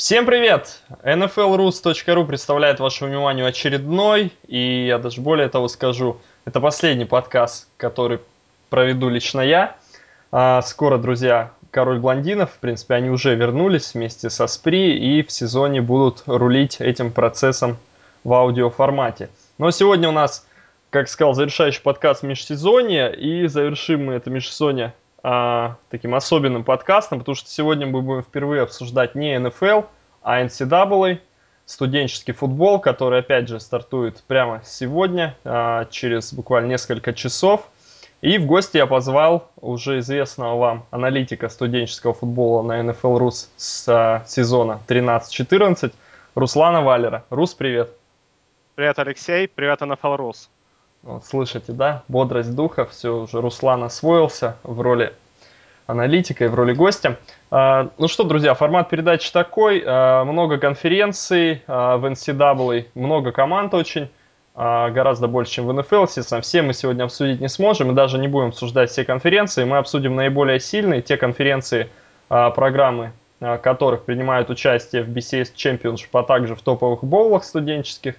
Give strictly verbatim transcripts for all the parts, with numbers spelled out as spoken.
Всем привет! эн эф эл рус точка ру представляет вашему вниманию очередной, и я даже более того скажу, это последний подкаст, который проведу лично я. А, скоро, друзья, Король Блондинов, в принципе, они уже вернулись вместе со Спри и в сезоне будут рулить этим процессом в аудиоформате. Но сегодня у нас, как сказал, завершающий подкаст межсезонья, и завершим мы это межсезонье а, таким особенным подкастом, потому что сегодня мы будем впервые обсуждать не эн эф эл, а эн си эй эй, студенческий футбол, который опять же стартует прямо сегодня, а, через буквально несколько часов. И в гости я позвал уже известного вам аналитика студенческого футбола на эн эф эл рус с а, сезона тринадцать четырнадцать Руслана Валера. Рус, привет. Привет, Алексей. Привет, эн эф эл Рус. Вот, слышите, да? Бодрость духа, все уже Руслан освоился в роли аналитика и в роли гостя. А, ну что, друзья, формат передачи такой. А, много конференций а, в эн си эй эй, много команд очень, а, гораздо больше, чем в эн эф эл, естественно. Все мы сегодня обсудить не сможем, мы даже не будем обсуждать все конференции. Мы обсудим наиболее сильные, те конференции, а, программы а, которых принимают участие в би си эс Championship, а также в топовых боулах студенческих.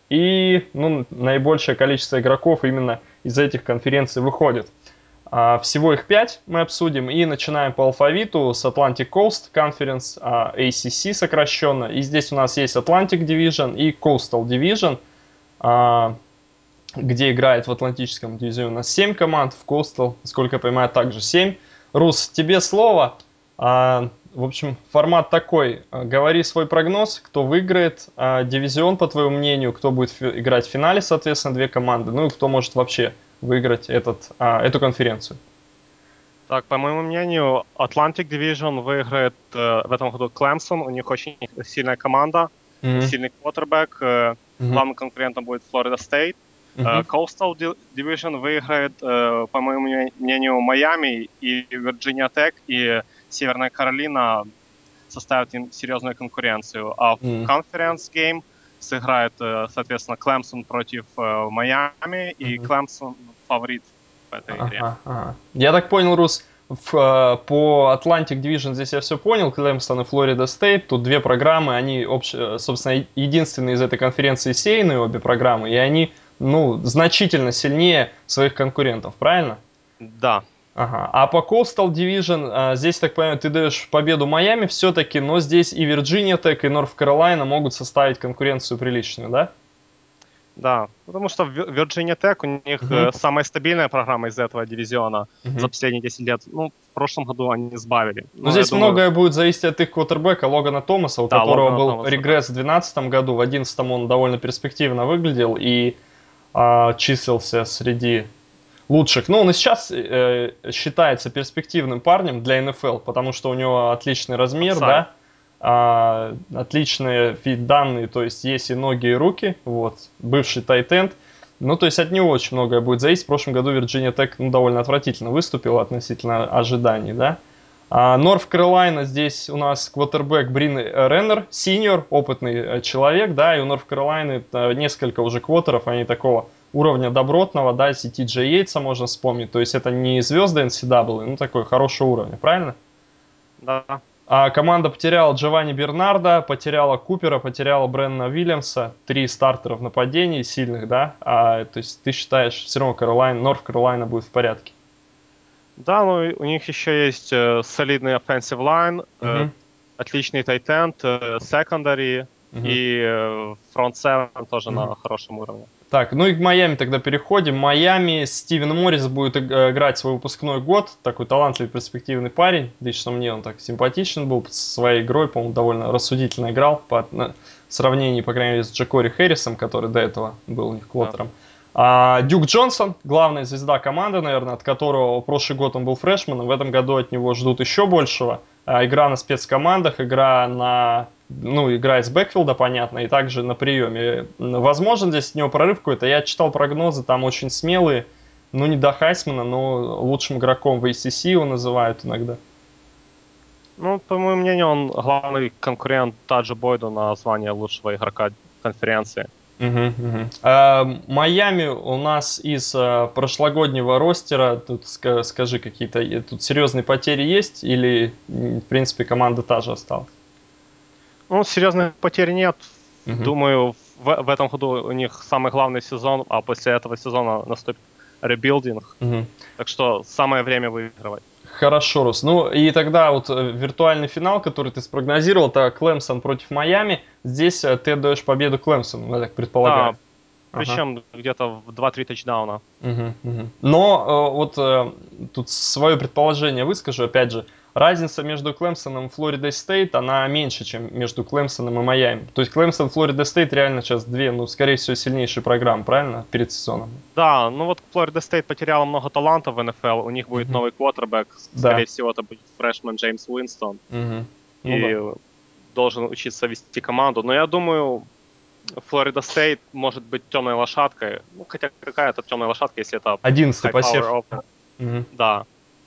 И ну, наибольшее количество игроков именно из этих конференций выходит. А, Всего их пять мы обсудим. И начинаем по алфавиту с Atlantic Coast Conference, а, эй си си сокращенно. И здесь у нас есть Atlantic Division и Coastal Division, а, где играет в Атлантическом дивизионе у нас семь команд, в Coastal, насколько я понимаю, также семь. Рус, тебе слово. А, В общем, формат такой. А, Говори свой прогноз, кто выиграет а, дивизион, по твоему мнению, кто будет фи- играть в финале, соответственно, две команды, ну и кто может вообще выиграть этот, а, эту конференцию. Так, по моему мнению, Atlantic Division выиграет э, в этом году Клемсон. У них очень сильная команда, Мгм. сильный квотербек. Э, Мгм. главным конкурентом будет Флорида Стейт. Э, Мгм. Coastal Di- Division выиграет, э, по моему мне- мнению, Майами и Вирджиния Тек и Северная Каролина составят им серьезную конкуренцию. А в Мгм. Conference Game сыграет, э, соответственно, Клемсон против э, Майами, и Мгм. Клемсон фаворит в этой игре. Ага, ага. Я так понял, Рус, в, э, по Atlantic Division здесь я все понял, Клемстон и Флорида Стейт, тут две программы, они, общ- э, собственно, единственные из этой конференции сеянные обе программы, и они, ну, значительно сильнее своих конкурентов, правильно? Да, Ага. А по Coastal Division, а, здесь, так понимаю, ты даешь победу Майами все-таки, но здесь и Вирджиния Тек, и Норф Каролайна могут составить конкуренцию приличную, да? да. Потому что в Virginia Tech у них Мгм. э, самая стабильная программа из этого дивизиона за Мгм. последние десять лет. Ну, в прошлом году они сбавили. Но Но я здесь думаю, многое будет зависеть от их квотербека Логана Томаса, у да, которого Логана был Томаса, да. регресс в две тысячи двенадцатом году, в две тысячи одиннадцатом он довольно перспективно выглядел и а, числился среди лучших. Ну, он и сейчас э, считается перспективным парнем для эн эф эл, потому что у него отличный размер, Апсайд. да, а, отличные фит-данные, то есть есть и ноги, и руки, вот, бывший тайтенд. Ну, то есть от него очень многое будет зависеть. В прошлом году Вирджиния Тек ну, довольно отвратительно выступила относительно ожиданий, да. Норф Каролайна здесь у нас квотербек Брин Реннер, синьор, опытный э, человек, да, и у Норф Каролайны э, несколько уже квотеров, они такого уровня добротного, да, си ти Джей Йейтса можно вспомнить, то есть это не звезды эн си эй эй, ну такой хорошего уровня, правильно? Да. А команда потеряла Джованни Бернарда, потеряла Купера, потеряла Брэнна Уильямса, три стартера в нападении сильных, да, а, то есть ты считаешь, все равно Каролайн, Норф Каролайна будет в порядке? Да, ну и у них еще есть э, солидный offensive line, э, Угу, отличный тайтенд, э, secondary угу, и э, front seven тоже угу. на хорошем уровне. Так, ну и к Майами тогда переходим. Майами, Стивен Моррис будет э, играть свой выпускной год. Такой талантливый, перспективный парень. Лично мне он так симпатичен был со своей игрой. По-моему, довольно рассудительно играл. По на- в сравнении, по крайней мере, с Джакори Хэррисом, который до этого был у них Да. квотером. А Дюк Джонсон, главная звезда команды, наверное, от которого прошлый год он был фрешманом. В этом году от него ждут еще большего. А, игра на спецкомандах, игра на ну, игра из бэкфилда, понятно, и также на приеме. Возможен здесь у него прорыв какой-то. Я читал прогнозы, там очень смелые. Ну, не до Хайсмана, но лучшим игроком в эй си си его называют иногда. Ну, по моему мнению, он главный конкурент Таджу Бойду на звание лучшего игрока конференции. Мгм, мгм. А, Майами у нас из а, прошлогоднего ростера, тут ска- скажи, какие-то э, тут серьезные потери есть или, м, в принципе, команда та же осталась? Ну, серьезных потерь нет. Мгм. Думаю, в, в этом году у них самый главный сезон, а после этого сезона наступит ребилдинг. Мгм. Так что самое время выигрывать. Хорошо, Рус. Ну и тогда вот э, виртуальный финал, который ты спрогнозировал, это Клемсон против Майами. Здесь э, ты отдаешь победу Клемсону, я так Да, предполагаю. Ага. причем где-то в два-три тачдауна. Мгм, мгм. Но э, вот э, тут свое предположение выскажу, опять же, разница между Клемсоном и Флоридой Стейт, она меньше, чем между Клемсоном и Майами. То есть Клемсон, Флорида Стейт реально сейчас две, ну, скорее всего, сильнейшие программы, правильно, перед сезоном? Да, ну вот Флорида Стейт потеряла много талантов в эн эф эл. У них будет Мгм. новый квотербек. Да. Скорее всего, это будет фрешмен Джеймс Уинстон. Мгм. Ну да. И должен учиться вести команду. Но я думаю, Флорида Стейт может быть темной лошадкой. Ну, хотя какая это темная лошадка, если это Одиннадцатый high power посев. offense. Мгм. Да.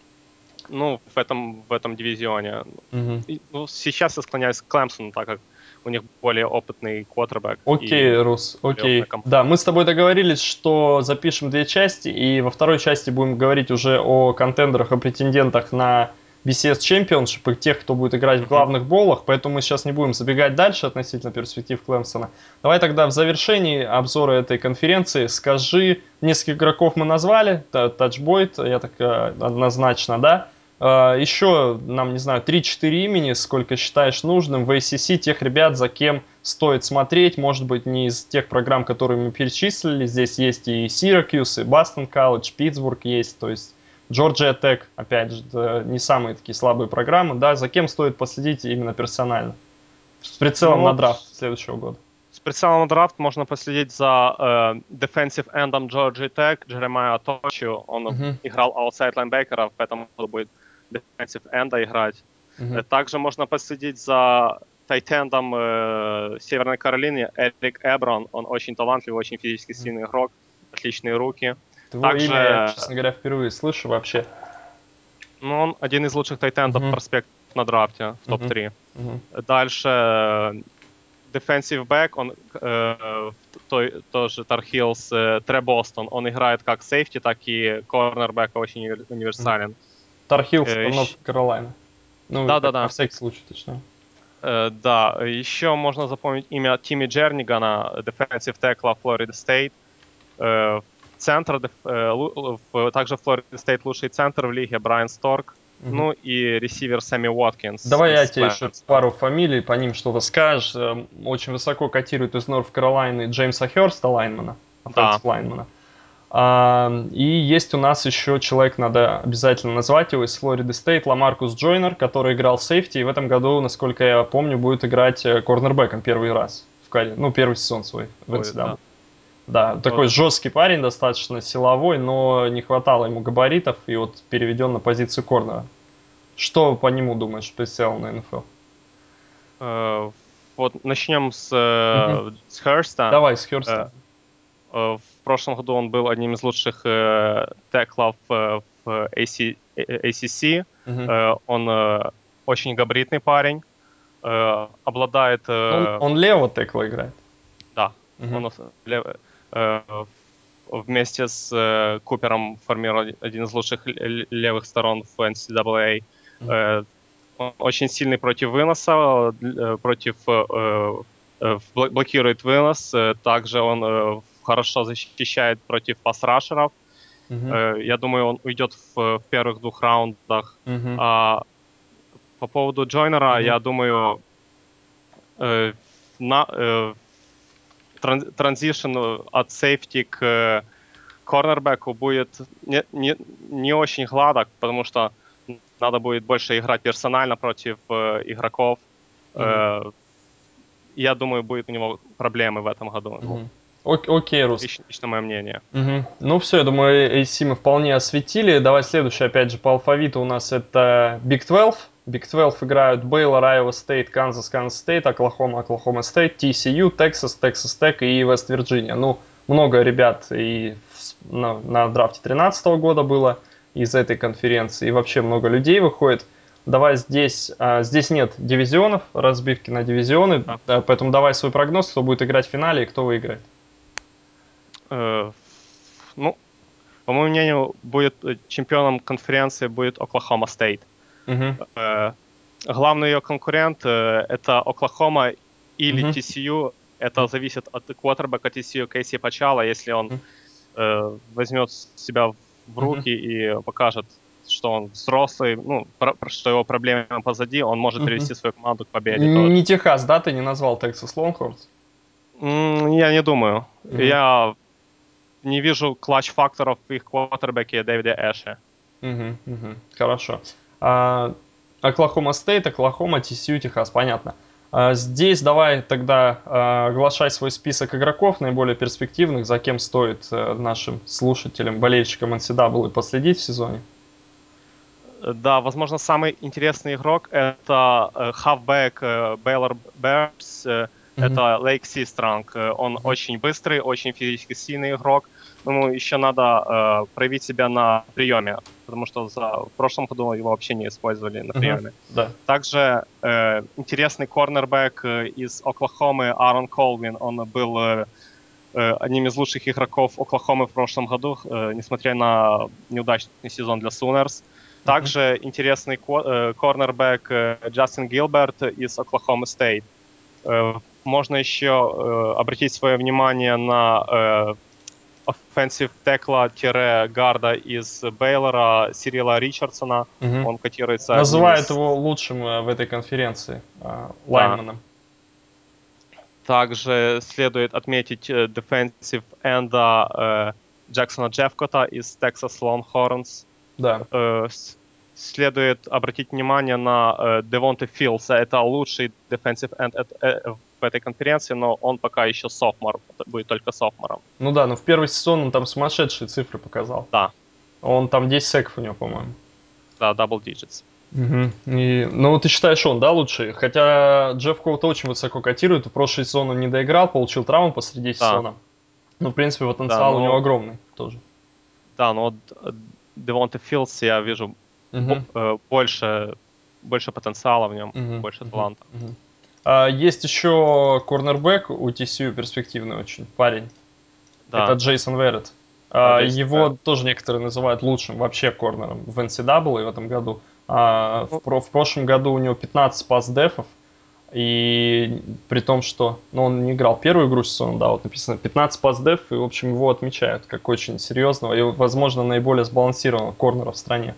Ну, в этом, в этом дивизионе. Мгм. И, ну, сейчас я склоняюсь к Клемсону, так как у них более опытный квотербек и Окей, Рус, более опытная окей. команда. Да, мы с тобой договорились, что запишем две части, и во второй части будем говорить уже о контендерах и претендентах на би си эс Championship и тех, кто будет играть в Мгм. главных болах, поэтому мы сейчас не будем забегать дальше относительно перспектив Клемсона. Давай тогда в завершении обзора этой конференции скажи, несколько игроков мы назвали, Тачбойт, я так э, однозначно, да? А, Еще нам, не знаю, три-четыре имени, сколько считаешь нужным в эй си си, тех ребят, за кем стоит смотреть, может быть, не из тех программ, которые мы перечислили. Здесь есть и Syracuse, и Бостон Колледж, Питтсбург есть, то есть Georgia Tech, опять же, это не самые такие слабые программы, да, за кем стоит последить именно персонально, с Ну прицелом на вот драфт следующего года. с прицелом на драфт можно последить за э, defensive эндом Georgia Tech Джеремайя Точио. Он Мгм, играл outside лайнбекера, в этом году будет defensive энда играть. мгм. Э, Также можно последить за тайтендом э, Северной Каролины Эрик Эброн. Он очень талантливый, очень физически сильный игрок, отличные руки. Твое имя я, Также, честно говоря, впервые слышу вообще. ну, он один из лучших тайтендов Мгм, проспектов на драфте в мгм, топ-три. мгм, Дальше э, defensive back, он э, той, тоже Tar Heels, э, Тре Бостон, он играет как сейфти, так и корнербэк, очень уни- мгм. универсален. Тар Хиллс, Э, это Норth ещ- Каролайна. Ну, так, на Да-да-да. всякий случай, точнее. Э, да, еще можно запомнить имя Тимми Джернигана, defensive tackle Флорида Стейт. Э, центр, деф- э, лу- в- также Флорида Стейт лучший центр в лиге Брайан Сторк. Мгм. Ну и ресивер Сэмми Уоткинс Давай я из тебе еще Клемсона. пару фамилий, по ним что-то скажешь. Эм, Очень высоко котируют из Норф Каролайны Джеймса Херста, лайнмана, Да. офенсив лайнмана. А, И есть у нас еще человек, надо обязательно назвать его, из Флориды Стейт, Ламаркус Джойнер, который играл сейфти, и в этом году, насколько я помню, будет играть э, корнербэком первый раз в карьере, ну, первый сезон свой в Ой, да. эн си эй эй. Да, Э, такой жесткий парень, достаточно силовой, но не хватало ему габаритов, и вот переведен на позицию корнера. Что по нему думаешь, прицел на эн эф эл? э, Вот начнем с, Мгм. э, с Херста. Давай, с Э, Херста. э, В прошлом году он был одним из лучших э, теклов э, в эй си э, эй си си. Мгм. Э, Он э, очень габаритный парень, э, обладает, Ну, Он, э, он лево текла играет. да, Мгм. он ос- лев- э, в- вместе с э, Купером формирует один из лучших л- л- левых сторон в эн си эй эй. Мгм. Э, Он очень сильный против выноса, э, против э, э, бл- блокирует вынос. Э, Также он э, хорошо защищает против пас-рашеров. Мгм. Э, Я думаю, он уйдет в, в первых двух раундах. Мгм. А по поводу Джойнера, Мгм. я думаю, э, на, э, тран- транзишн от сейфти к корнербеку будет не, не, не очень гладок, потому что надо будет больше играть персонально против э, игроков. Мгм. Э, я думаю, будет у него проблемы в этом году. Ну, Мгм. Ок- Окей, Рус. лично, лично мое мнение. Мгм. Ну все, я думаю, эй си мы вполне осветили. Давай следующий, опять же, по алфавиту у нас это Big двенадцать. Big двенадцать играют Бейлор, Iowa State, Kansas, Kansas State, Оклахома, Оклахома State, ти си ю, Texas, Texas Tech и West Virginia. Ну, много ребят и в- на, на драфте тринадцатого года было из этой конференции, и вообще много людей выходит. Давай здесь, а, здесь нет дивизионов, разбивки на дивизионы, Да. да, поэтому давай свой прогноз, кто будет играть в финале и кто выиграет. Э, ну, по моему мнению, будет э, чемпионом конференции будет Оклахома Стейт. Мгм. главный ее конкурент э, это Оклахома или Мгм. ти си ю. Это зависит от квотербека ти си ю Кейси Пачала. Если он Мгм. э, возьмет себя в Мгм. руки и покажет, что он взрослый, ну, про- про- что его проблемы позади, он может Мгм. привести свою команду к победе тоже. Не Техас, да, ты не назвал Texas Longhorns? М, Я не думаю. Мгм. Я не вижу клатч-факторов в их квотербеке Дэвиде Эше. Мгм. Мгм. Хорошо. А, Оклахома Стейт, Оклахома, ти си ю, Техас, понятно. А, здесь давай тогда а, оглашай свой список игроков, наиболее перспективных, за кем стоит э, нашим слушателям, болельщикам эн си эй эй последить в сезоне. Да, возможно, самый интересный игрок — это э, хавбэк э, Baylor Bears, э, Мгм. это Лейк Систранг. Э, Он Мгм. очень быстрый, очень физически сильный игрок. Ему еще надо э, проявить себя на приеме, потому что за, в прошлом году его вообще не использовали на Мгм. приеме. Да. Также э, интересный корнербэк э, из Оклахомы Аарон Колвин. Он был э, э, одним из лучших игроков Оклахомы в прошлом году, э, несмотря на неудачный сезон для Сунерс. Мгм. Также интересный ко- э, корнербэк э, Джастин Гилберт из Оклахомы Стейт. Э, Можно еще э, обратить свое внимание на э, offensive текла-гарда из Бейлора Сирила Ричардсона. Мгм. Он котируется одним Называют из... его лучшим э, в этой конференции а, Да. лайнманом. Также следует отметить э, defensive энда э, Джексона Джеффкота из Texas Longhorns. Да. Э, с- Следует обратить внимание на э, Девонте Филдса. Это лучший defensive end эт- э, в этой конференции, но он пока еще софтмор, будет только софтмором. Ну да, но в первый сезон он там сумасшедшие цифры показал. Да, Он там десять секов у него, по-моему. да, double digits. Мгм. И, ну, ты считаешь, он, да, лучший? Хотя Джефф Коут очень высоко котирует. В прошлый сезон он не доиграл, получил травму посреди Да, сезона. Ну, в принципе, да, потенциал у него но, огромный тоже. да, но Девонте Филдс я вижу бо- Мгм. э, больше, больше потенциала в нем, Мгм. больше Мгм. таланта. Мгм. А, есть еще корнербэк у ти си ю, перспективный очень парень. Это Да, Джейсон Веррет. да, А, Джейсон Веррет. его тоже некоторые называют лучшим вообще корнером в эн си эй эй в этом году. А, в, Ну, про- в прошлом году у него пятнадцать пас-дефов. И при том, что ну, он не играл первую игру сезона, да, вот написано пятнадцать пас-деф, и, в общем, его отмечают как очень серьезного и, возможно, наиболее сбалансированного корнера в стране.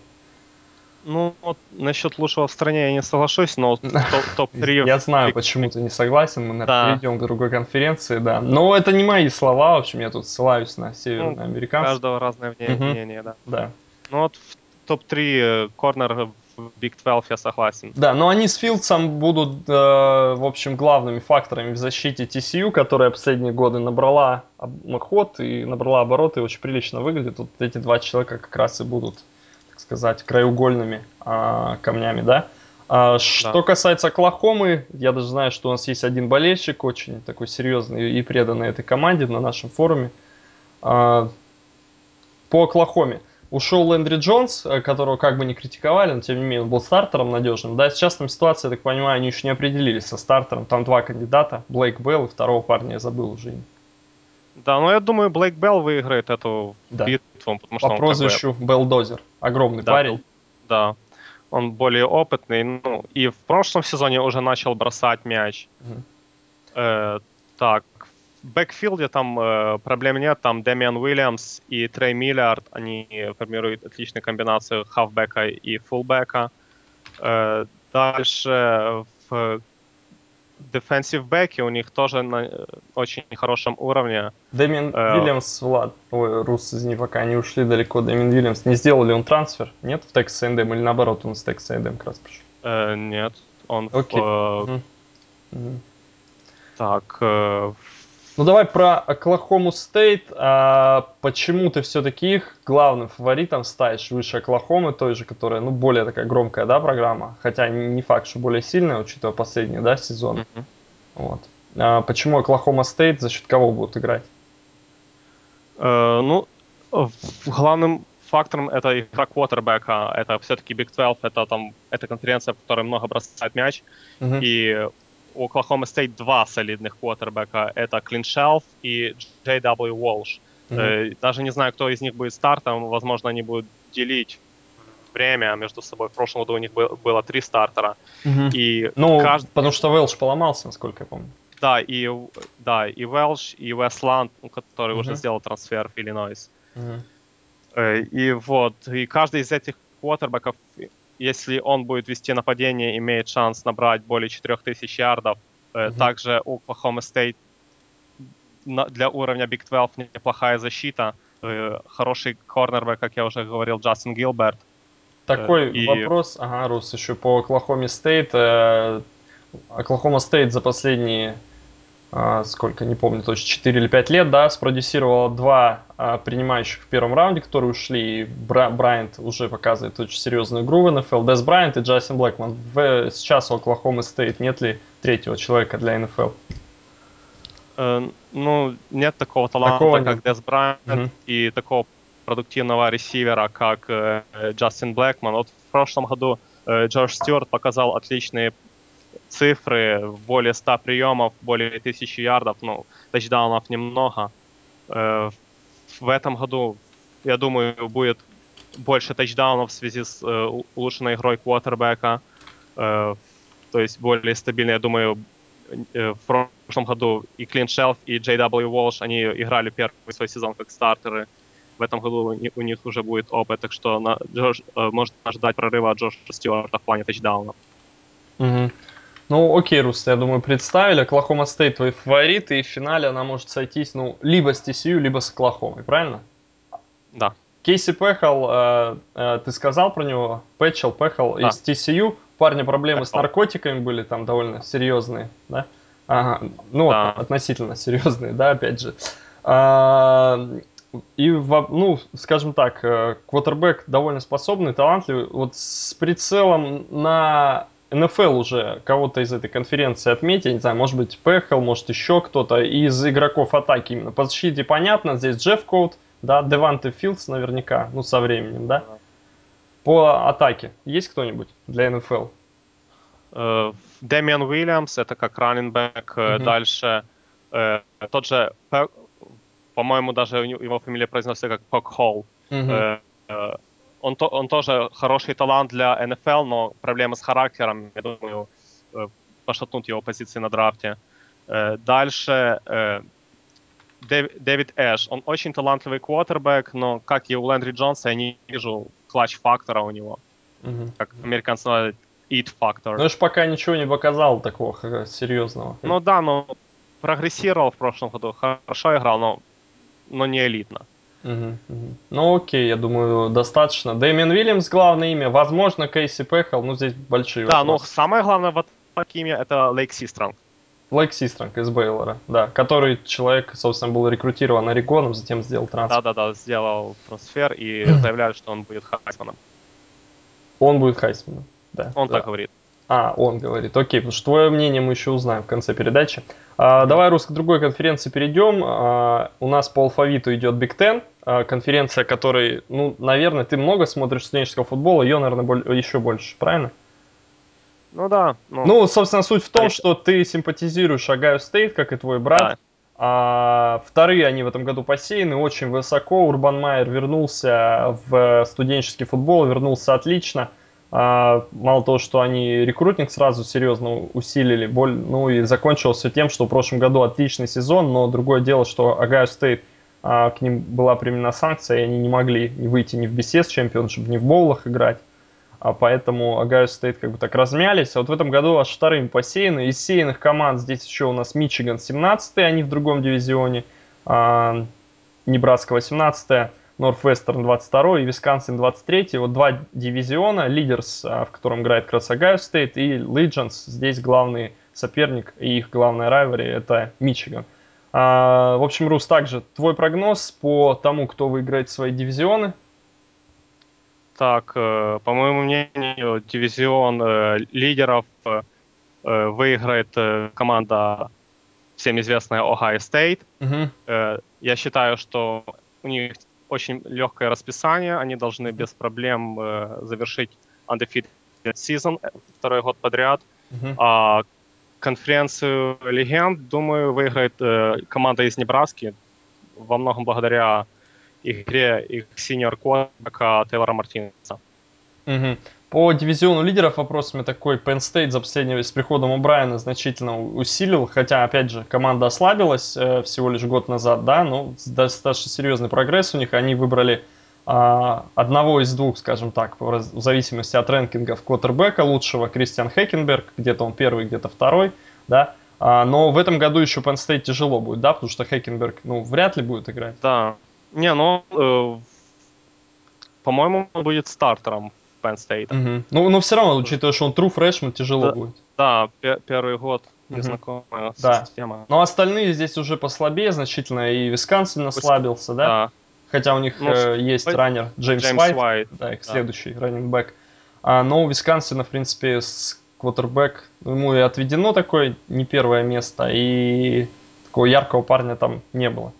ну, вот насчет лучшего в стране я не соглашусь, но топ- топ-три Я в знаю, Big- почему Big- ты не согласен, мы, наверное, да, перейдем к другой конференции, да. Но это не мои слова, в общем, я тут ссылаюсь на ну, у северноамериканцев. каждого разное мне- Мгм. мнение, да. Да. Ну вот в топ-три э, корнер в Биг двенадцать я согласен. Да, но они с Филдсом будут, э, в общем, главными факторами в защите ти си ю, которая последние годы набрала об- ход и набрала обороты, и очень прилично выглядит. Вот эти два человека как раз и будут, так сказать, краеугольными а, камнями, да. А, Да. что касается Оклахомы, я даже знаю, что у нас есть один болельщик, очень такой серьезный и преданный этой команде на нашем форуме. А, по Оклахоме. Ушел Лэндри Джонс, э, которого как бы не критиковали, но тем не менее он был стартером надежным. Да, сейчас там ситуация, я так понимаю, они еще не определились со стартером. Там два кандидата, Блейк Белл и второго парня я забыл уже. имя. Да, но я думаю, Блейк Белл выиграет эту Да. битву, потому По что он как бы, прозвищу Белдозер. Огромный да, парень. был, да, он более опытный, ну, и в прошлом сезоне уже начал бросать мяч. Мгм. Э, так, в бэкфилде там э, проблем нет, там Дэмиан Уильямс и Трей Миллиард, они формируют отличную комбинацию хавбека и фулбека. Э, Дальше в defensive бэке у них тоже на э, очень хорошем уровне. Дэмин Э, Вильямс, Влад, ой, Рус, извини, пока они ушли далеко. Дэмин Вильямс, не сделал ли он трансфер? Нет, в Texas A and M или наоборот, он с Texas A and M как раз пришел? э, Нет, он в... Окей. э, Мгм. Мгм. Так, э, Ну давай про Оклахому Стейт. А почему ты все-таки их главным фаворитом ставишь выше Оклахомы, той же, которая, ну, более такая громкая, да, программа? Хотя не факт, что более сильная, учитывая последний, да, сезон. мгм. Вот. А почему Оклахома Стейт, за счет кого будут играть? Э, ну, в- главным фактором это игра квотербека. Это все-таки Big двенадцать, это там, это конференция, в которой много бросает мяч. Мгм. И у Oklahoma State два солидных квотербека. Это Клин Шелф и Джей дабл ю Walsh. Мгм. Э, Даже не знаю, кто из них будет стартом. Возможно, они будут делить. время между собой. В прошлом году у них был, было три стартера. Мгм. И Ну, каждый... потому что Велш поломался, насколько я помню. Да, и, да, и Велш, и Вестланд, который уже Мгм. сделал трансфер в Иллинойс. Мгм. И вот, и каждый из этих квотербеков, если он будет вести нападение, имеет шанс набрать более четырех тысяч ярдов. Мгм. Также у Oklahoma State для уровня Big двенадцать неплохая защита. Хороший корнербэк, как я уже говорил, Джастин Гилберт. Такой И... вопрос, ага, Рус, еще по Оклахоме Стейт. Оклахома Стейт за последние, а, сколько, не помню точно, четыре или пять лет, да, спродюсировала два а, принимающих в первом раунде, которые ушли. И Бра- Брайант уже показывает очень серьезную игру в эн эф эл. Дес Брайант и Джастин Блэкман. В, сейчас у Оклахомы Стейт нет ли третьего человека для эн эф эл? Э, ну, нет такого таланта, Такого как нет. Дес Брайант, Мгм. и такого продуктивного ресивера, как э, Джастин Блэкман. Вот в прошлом году э, Джордж Стюарт показал отличные цифры, более ста приемов, более тысячи ярдов, ну, тачдаунов немного. Э, в этом году, я думаю, будет больше тачдаунов в связи с э, улучшенной игрой квотербека, э, то есть более стабильно, я думаю, в прошлом году и Клинт Шелф, и Джей Дабл Ю Walsh, они играли первый свой сезон как стартеры. В этом году у них уже будет опыт, так что на, Джордж, можно ожидать прорыва от Джорджа Стюарта в плане тачдаунов. Мгм. Ну, окей, Рус, я думаю, представили. Оклахома Стейт твой фаворит, и в финале она может сойтись, ну, либо с ти си ю, либо с Оклахомой, правильно? Да. Кейси Пэхал, э, э, ты сказал про него? Пэтчел, Пэхал Да. из ти си ю. Парня проблемы с Пэхал. наркотиками были там довольно серьезные, да? Ага. Ну, Да. относительно серьезные, да, опять же. А, и, ну, скажем так, квотербек довольно способный, талантливый. Вот с прицелом на эн эф эл уже кого-то из этой конференции отметить, я не знаю, может быть, Пэхал, может, еще кто-то из игроков атаки именно. По защите понятно, здесь Джефф Коут, да, Деванте Филдс наверняка, ну, со временем, да. Да. По атаке есть кто-нибудь для эн эф эл? Дэмиан Уильямс, это как раннинбэк. Мгм. Дальше э, тот же, по-моему, даже его фамилия произносится как Пок Холл. Мгм. Э, э, он, то, он тоже хороший талант для эн эф эл, но проблемы с характером, я думаю, э, пошатнут его позиции на драфте. Э, дальше э, Дэв, Дэвид Эш. Он очень талантливый квотербек, но, как и у Лэндри Джонса, я не вижу клатч-фактора у него. Мгм. Как американцы называют it-фактор. Ну, я ж пока ничего не показал такого х- серьезного. Ну да, но прогрессировал в прошлом году, хорошо играл, но, но не элитно. Мгм, мгм. Ну окей, я думаю, достаточно. Дэмиан Уильямс главное имя. Возможно, Кейси Пэхал, ну здесь большие Да, но вопросы. самое главное в атаке имя это Лейк Систранг. Лейк Систранг из Бейлора, да, который человек, собственно, был рекрутирован Орегоном, затем сделал трансфер. Да-да-да, сделал трансфер и заявляют, что он будет Хайсманом. Он будет Хайсманом, да. Он так Да. говорит. А, он говорит. Окей, потому что твое мнение мы еще узнаем в конце передачи. А, Мгм. давай, Рус, к другой конференции перейдем. А, у нас по алфавиту идет Big Ten, а, конференция, которой, ну, наверное, ты много смотришь студенческого футбола, ее, наверное, боль- еще больше, правильно? Ну да, ну, Ну, собственно, суть в том, они- что ты симпатизируешь Огайо Стейт, как и твой брат. да, А вторые они в этом году посеяны очень высоко. Урбан Майер вернулся в студенческий футбол, вернулся отлично. А, мало того, что они рекрутинг сразу серьезно усилили, боль, ну и закончилось все тем, что в прошлом году отличный сезон, но другое дело, что Огайо Стейт, а, к ним была применена санкция, и они не могли выйти ни в би си эс Championship, ни в боулах играть. А поэтому Огайо Стейт как бы так размялись. А вот в этом году аж вторыми посеяны. Из сеянных команд здесь еще у нас Мичиган семнадцатый, они в другом дивизионе. А, Небраска восемнадцатый, Норфвестерн двадцать второй и Висконсин двадцать третий. Вот два дивизиона. Лидерс, в котором играет как раз Огайо Стейт, и Legends. Здесь главный соперник и их главная райвари — это Мичиган. А, в общем, Рус, также твой прогноз по тому, кто выиграет свои дивизионы? так, э, по моему мнению, дивизион э, лидеров э, э, выиграет э, команда всем известная Ohio State. Угу. Э, я считаю, что у них очень легкое расписание, они должны без проблем э, завершить undefeated season э, второй год подряд. Угу. А конференцию легенд, думаю, выиграет э, команда из Небраски, во многом благодаря игре их синьор квотербека Тейлора Мартинеса. Мгм. По дивизиону лидеров вопрос у меня такой. Penn State за последнее, с приходом О'Брайена значительно у- усилил, хотя, опять же, команда ослабилась э, всего лишь год назад, да, но с- достаточно серьезный прогресс у них. Они выбрали а, одного из двух, скажем так, в раз- в зависимости от рэнкингов квотербека лучшего, Кристиан Хекенберг, где-то он первый, где-то второй, да. А, но в этом году еще Penn State тяжело будет, да, потому что Хекенберг, ну, вряд ли будет играть. Да. Не, ну, э, по-моему, он будет стартером в Penn State. Мгм. Ну, но все равно, учитывая, что он true freshman, тяжело Да, будет. да, пе- первый год Мгм. незнакомая Да. система. Но остальные здесь уже послабее значительно, и Висконсин Выск- ослабился, да? Да. Хотя у них Ну, с- э, есть ой, раннер Джеймс Джеймс Уайт, Уайт, да, их да. следующий раннинг-бэк. А, но у Висконсина, в принципе, с квотербэк, ну, ему и отведено такое не первое место, и такого яркого парня там не было.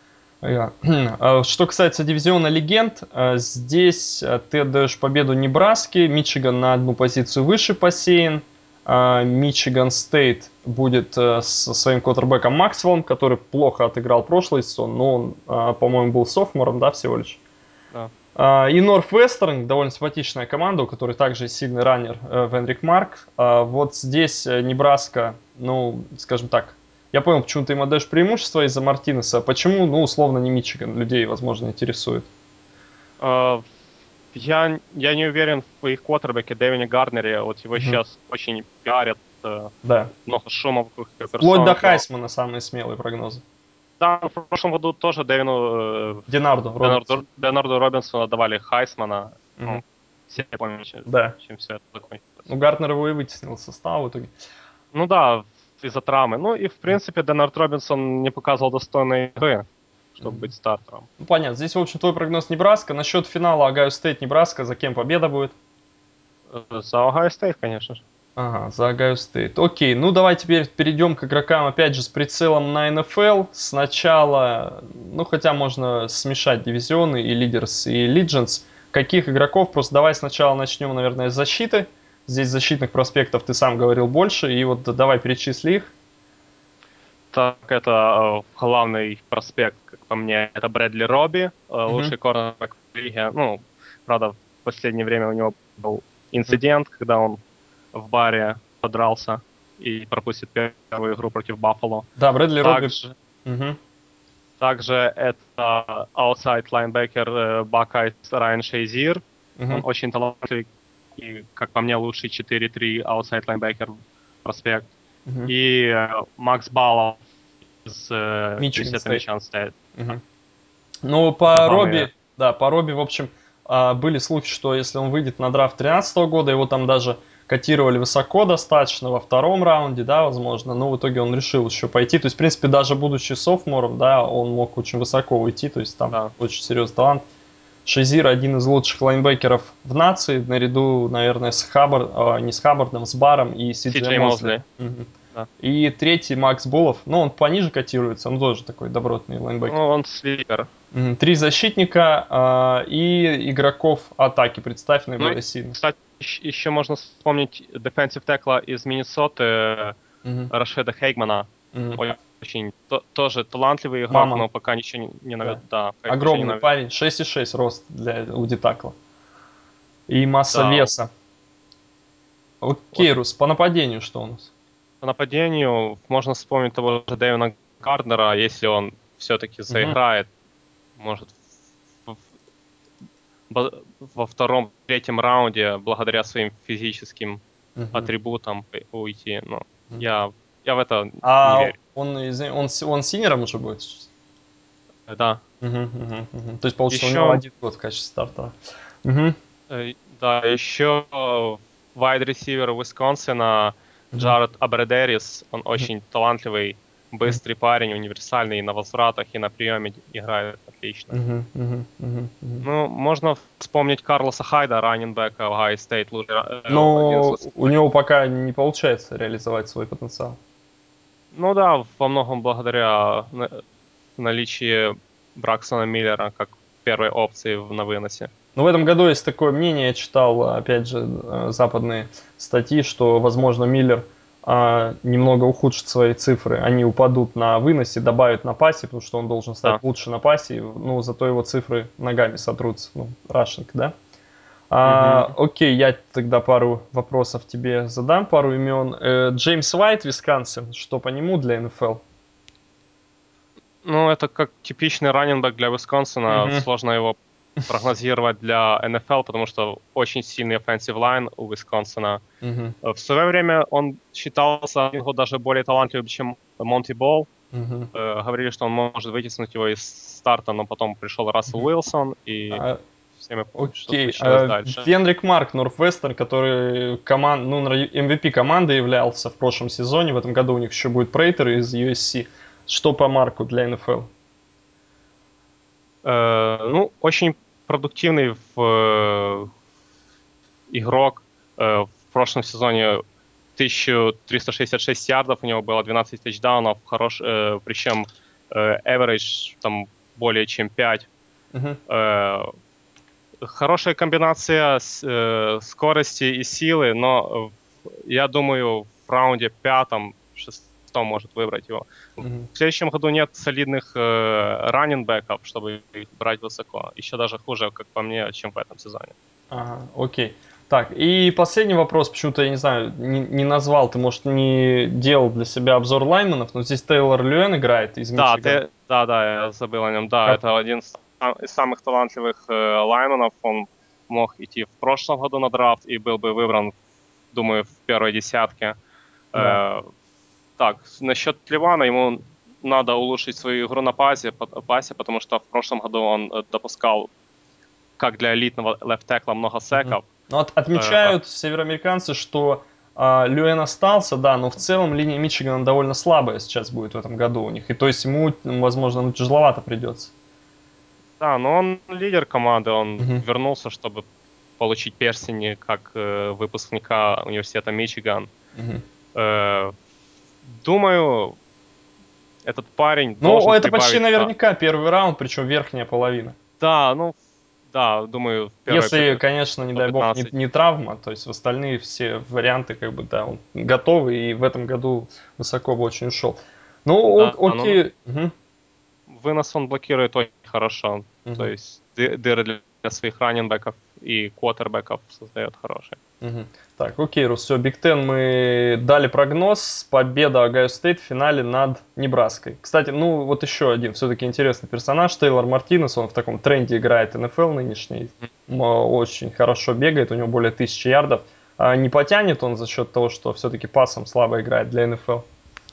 Я. А Что касается дивизиона легенд, э, здесь э, ты отдаешь победу Небраске, Мичиган на одну позицию выше посеян, а Мичиган Стейт будет э, со своим квотербеком Максвеллом, который плохо отыграл прошлый сезон, но он, а, по-моему, был софмором, да, всего лишь. Да. А, И Норфвестерн, довольно симпатичная команда, у которой также сильный раннер э, Венрик Марк. А Вот здесь э, Небраска, ну, скажем так, я понял, почему ты им отдаешь преимущество из-за Мартинеса. Почему, ну, условно, не Мичиган, людей, возможно, интересует. Э, Я, я не уверен в их квотербеке Дэвине Гарднере. Вот его Мгм. сейчас очень пиарят, э, Да. много шума вокруг его Вплоть до персоны. Но Хайсмана самые смелые прогнозы. да, в прошлом году тоже Дэвину, э, Динарду, Робертсон. Денарду, Денарду Робинсону давали Хайсмана. Ну, Мгм. все помнят, чем, Да. чем все это закончилось. Ну, Гартнер его и вытеснил из состава в итоге. Ну да, из-за травмы. Ну и, в принципе, Денард Робинсон не показывал достойной игры, чтобы Мгм. быть стартером. Ну, понятно. Здесь, в общем, твой прогноз Небраска. Насчет финала Огайо Стейт Небраска, за кем победа будет? Э, За Ohio State, конечно же. Ага, за Огайо Стейт. Окей, ну давай теперь перейдем к игрокам, опять же, с прицелом на эн эф эл. Сначала, ну хотя можно смешать дивизионы и Лидерс, и Legends. Каких игроков? Просто давай сначала начнем, наверное, с защиты. Здесь защитных проспектов ты сам говорил больше, и вот давай перечисли их. Так, это э, главный проспект, как по мне, это Брэдли Робби, э, Мгм, лучший корнербэк в лиге. Ну, правда, в последнее время у него был мгм. инцидент, когда он в баре подрался и пропустит первую игру против Баффало. Да, Брэдли Робби. Также, Мгм, также это outside linebacker э, Buckeyes Райан Шейзир. Он мгм, очень талантливый и, как по мне, лучший четыре три outside linebacker проспект. мгм. И э, Макс Баллов из э, Мичиган Университета Стейт. Мичиган Стейт. Мгм. Ну, Это по главные. Робби, да, по Робби, в общем, а, были слухи, что если он выйдет на драфт тринадцатого года, его там даже котировали высоко достаточно во втором раунде, да, возможно, но в итоге он решил еще пойти. То есть, в принципе, даже будучи софмором, да, он мог очень высоко уйти, то есть там Да. очень серьезный талант. Шизир один из лучших лайнбекеров в нации, наряду, наверное, с Хаббард, а, не с Хаббардом, с Баром и Си Си Джей Джей Мозли. Мозли. Мгм. Да. И третий Макс Булов, ну, он пониже котируется, он тоже такой добротный лайнбекер. Ну, он слипер. Мгм. Три защитника а, и игроков атаки. Представь Ну, наиболее сильных. кстати, еще можно вспомнить defensive текла из Миннесоты э, Мгм. Рашеда Хейгмана. Мгм. Очень то- тоже талантливый игрок, Мамонт, но пока ничего не, не да. навед... Да, пока еще не Огромный навед... парень, шесть и шесть рост для удитакла. И масса Да. веса. Вот Окей, Рус, по нападению что у нас? по нападению можно вспомнить того же Дэвина Гарднера, если он все-таки Мгм. заиграет, может в- бо- во втором, третьем раунде, благодаря своим физическим Мгм. атрибутам п- уйти. Но Мгм. я, я в это не А верю. он, извини, он, с- он синером уже будет сейчас? Да. Мгм, мгм, мгм. То есть, получится, у него Еще, один год в качестве стартера. Мгм, э, да, еще wide receiver Уисконсина мгм, Джаред Абредерис. Он мгм, очень талантливый, мгм, быстрый парень, универсальный, и на возвратах, и на приеме играет отлично. мгм, мгм, мгм, мгм. Ну, можно вспомнить Карлоса Хайда, раннинбека Ohio State, лучший, э, один из Но лучших. у него пока не получается реализовать свой потенциал. Ну да, во многом благодаря на- наличию Браксона Миллера как первой опции в- на выносе. Но в этом году есть такое мнение, я читал, опять же, э, западные статьи, что, возможно, Миллер а, немного ухудшит свои цифры. Они упадут на выносе, добавят на пасе, потому что он должен стать Да. лучше на пасе. Ну, зато его цифры ногами сотрутся. Ну, рашинг, да? А, Мгм. окей, я тогда пару вопросов тебе задам, пару имен. Э, Джеймс Уайт, Висконсин, что по нему для эн эф эл? Ну, это как типичный раннинбэк для Висконсина. Мгм, Сложно его прогнозировать для эн эф эл, потому что очень сильный offensive line у Висконсина. мгм, Э, В свое время он считался один год даже более талантливым, чем Монти Болл. мгм, Э, Говорили, что он может вытеснуть его из старта, но потом пришел Рассел мгм. Уилсон, и А, все мы помним, что окей. случилось А, дальше. Вендрик Марк, Норthwestern, который команд, ну, эм ви пи команды являлся в прошлом сезоне, в этом году у них еще будет Прейтер из ю эс си. Что по Марку для эн эф эл? Э, Ну, очень продуктивный в, э, игрок. Э, В прошлом сезоне тысяча триста шестьдесят шесть ярдов, у него было двенадцать тачдаунов, хорош, э, причем э, average там более чем пять. Мгм, Э, Хорошая комбинация с, э, скорости и силы, но э, я думаю, в раунде пятом, шестом может выбрать его. мгм. В следующем году нет солидных э, раннинбеков, чтобы их брать высоко. Еще даже хуже, как по мне, чем в этом сезоне. Ага, окей. Так, и последний вопрос, почему-то, я не знаю, не, не назвал, ты, может, не делал для себя обзор лайнманов, но здесь Тейлор Льюэн играет из Да, Мичигана. ты, да, да, я забыл о нем. Да, Как? это один из сам- из самых талантливых э, лайнманов. Он мог идти в прошлом году на драфт и был бы выбран, думаю, в первой десятке. Да. Э, так, насчет Ливана, ему надо улучшить свою игру на пасе, по- пасе, потому что в прошлом году он э, допускал, как для элитного лефт-текла, много Мгм. секов. Ну, от- Э, отмечают североамериканцы, что а, Льюэн остался, да, но в целом линия Мичигана довольно слабая сейчас будет в этом году у них. И то есть ему, м, возможно, ну, тяжеловато придется. да, но он лидер команды, он Мгм. вернулся, чтобы получить перстень как э, выпускника университета Мичиган. Мгм. Э, Думаю, этот парень Ну, должен это почти прибавить. Да, наверняка первый раунд, причем верхняя половина. да, ну, да, думаю, в первой Если, п- конечно, не топ дай бог, не, пятнадцать. не травма, то есть в остальные все варианты, как бы, да, он готовы и в этом году высоко бы очень ушел. Ну, Да, ок- ну, окей. Мгм. вынос он блокирует очень хорошо. То Мгм. есть ды- дыры для для своих раннинбеков и квотербеков создает хорошие. Мгм. Так, окей, Рус, все, Биг Тен мы дали прогноз. Победа Огайо Стейт в финале над Небраской. Кстати, ну вот еще один все-таки интересный персонаж, Тейлор Мартинес, он в таком тренде играет эн эф эл нынешний. М, Очень хорошо бегает, у него более тысячи ярдов. А не потянет он за счет того, что все-таки пасом слабо играет для эн эф эл?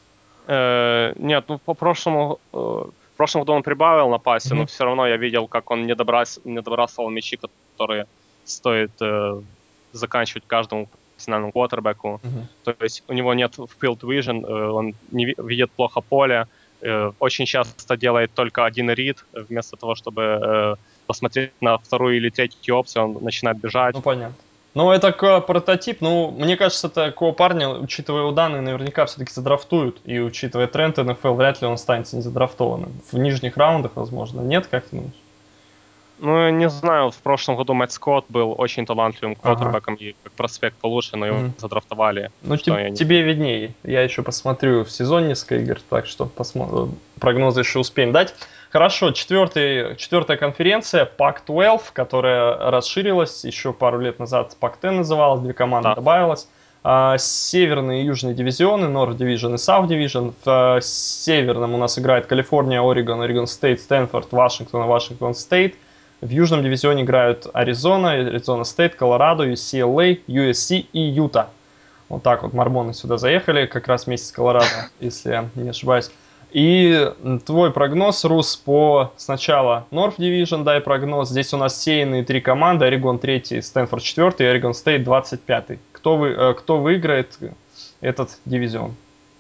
Э, нет, ну по прошлому, э, в прошлом году он прибавил на пасе, но Мгм. все равно я видел, как он не, добрас, не добрасывал мячи, которые стоит э, заканчивать каждому профессиональному квотербеку. Мгм. То есть у него нет field vision, э, он не ви- видит плохо поле, э, очень часто делает только один рид, вместо того, чтобы э, посмотреть на вторую или третью опцию, он начинает бежать. Ну, понятно. Ну, это к- прототип. Ну, мне кажется, такого парня, учитывая его данные, наверняка все-таки задрафтуют. И учитывая тренд эн эф эл, вряд ли он останется незадрафтованным. В нижних раундах, возможно. Нет, как ты думаешь? Ну, не знаю, в прошлом году Мэтт Скотт был очень талантливым Ага. квотербеком и как проспект получше, но его Мгм. задрафтовали, Ну, что теб- я не тебе знаю. виднее. Я еще посмотрю в сезон несколько игр, так что посмотрим. Прогнозы еще успеем дать. Хорошо, четвертый, четвертая конференция, пак двенадцать, которая расширилась. Еще пару лет назад пак десять называлась, две команды Да. добавилось. А, Северный и южный дивизионы, North Division и South Division. В а, северном у нас играет Калифорния, Орегон, Орегон Стейт, Стэнфорд, Вашингтон и Вашингтон Стейт. В южном дивизионе играют Аризона, Аризона Стейт, Колорадо, ю си эл эй, ю эс си и Юта. Вот так вот мормоны сюда заехали, как раз вместе с Колорадо, если я не ошибаюсь. И твой прогноз, Рус, по сначала North Division, дай прогноз. Здесь у нас сеянные три команды, Орегон третий, Стэнфорд четвертый, Орегон Стейт двадцать пятый. Кто, вы, э, кто выиграет этот дивизион?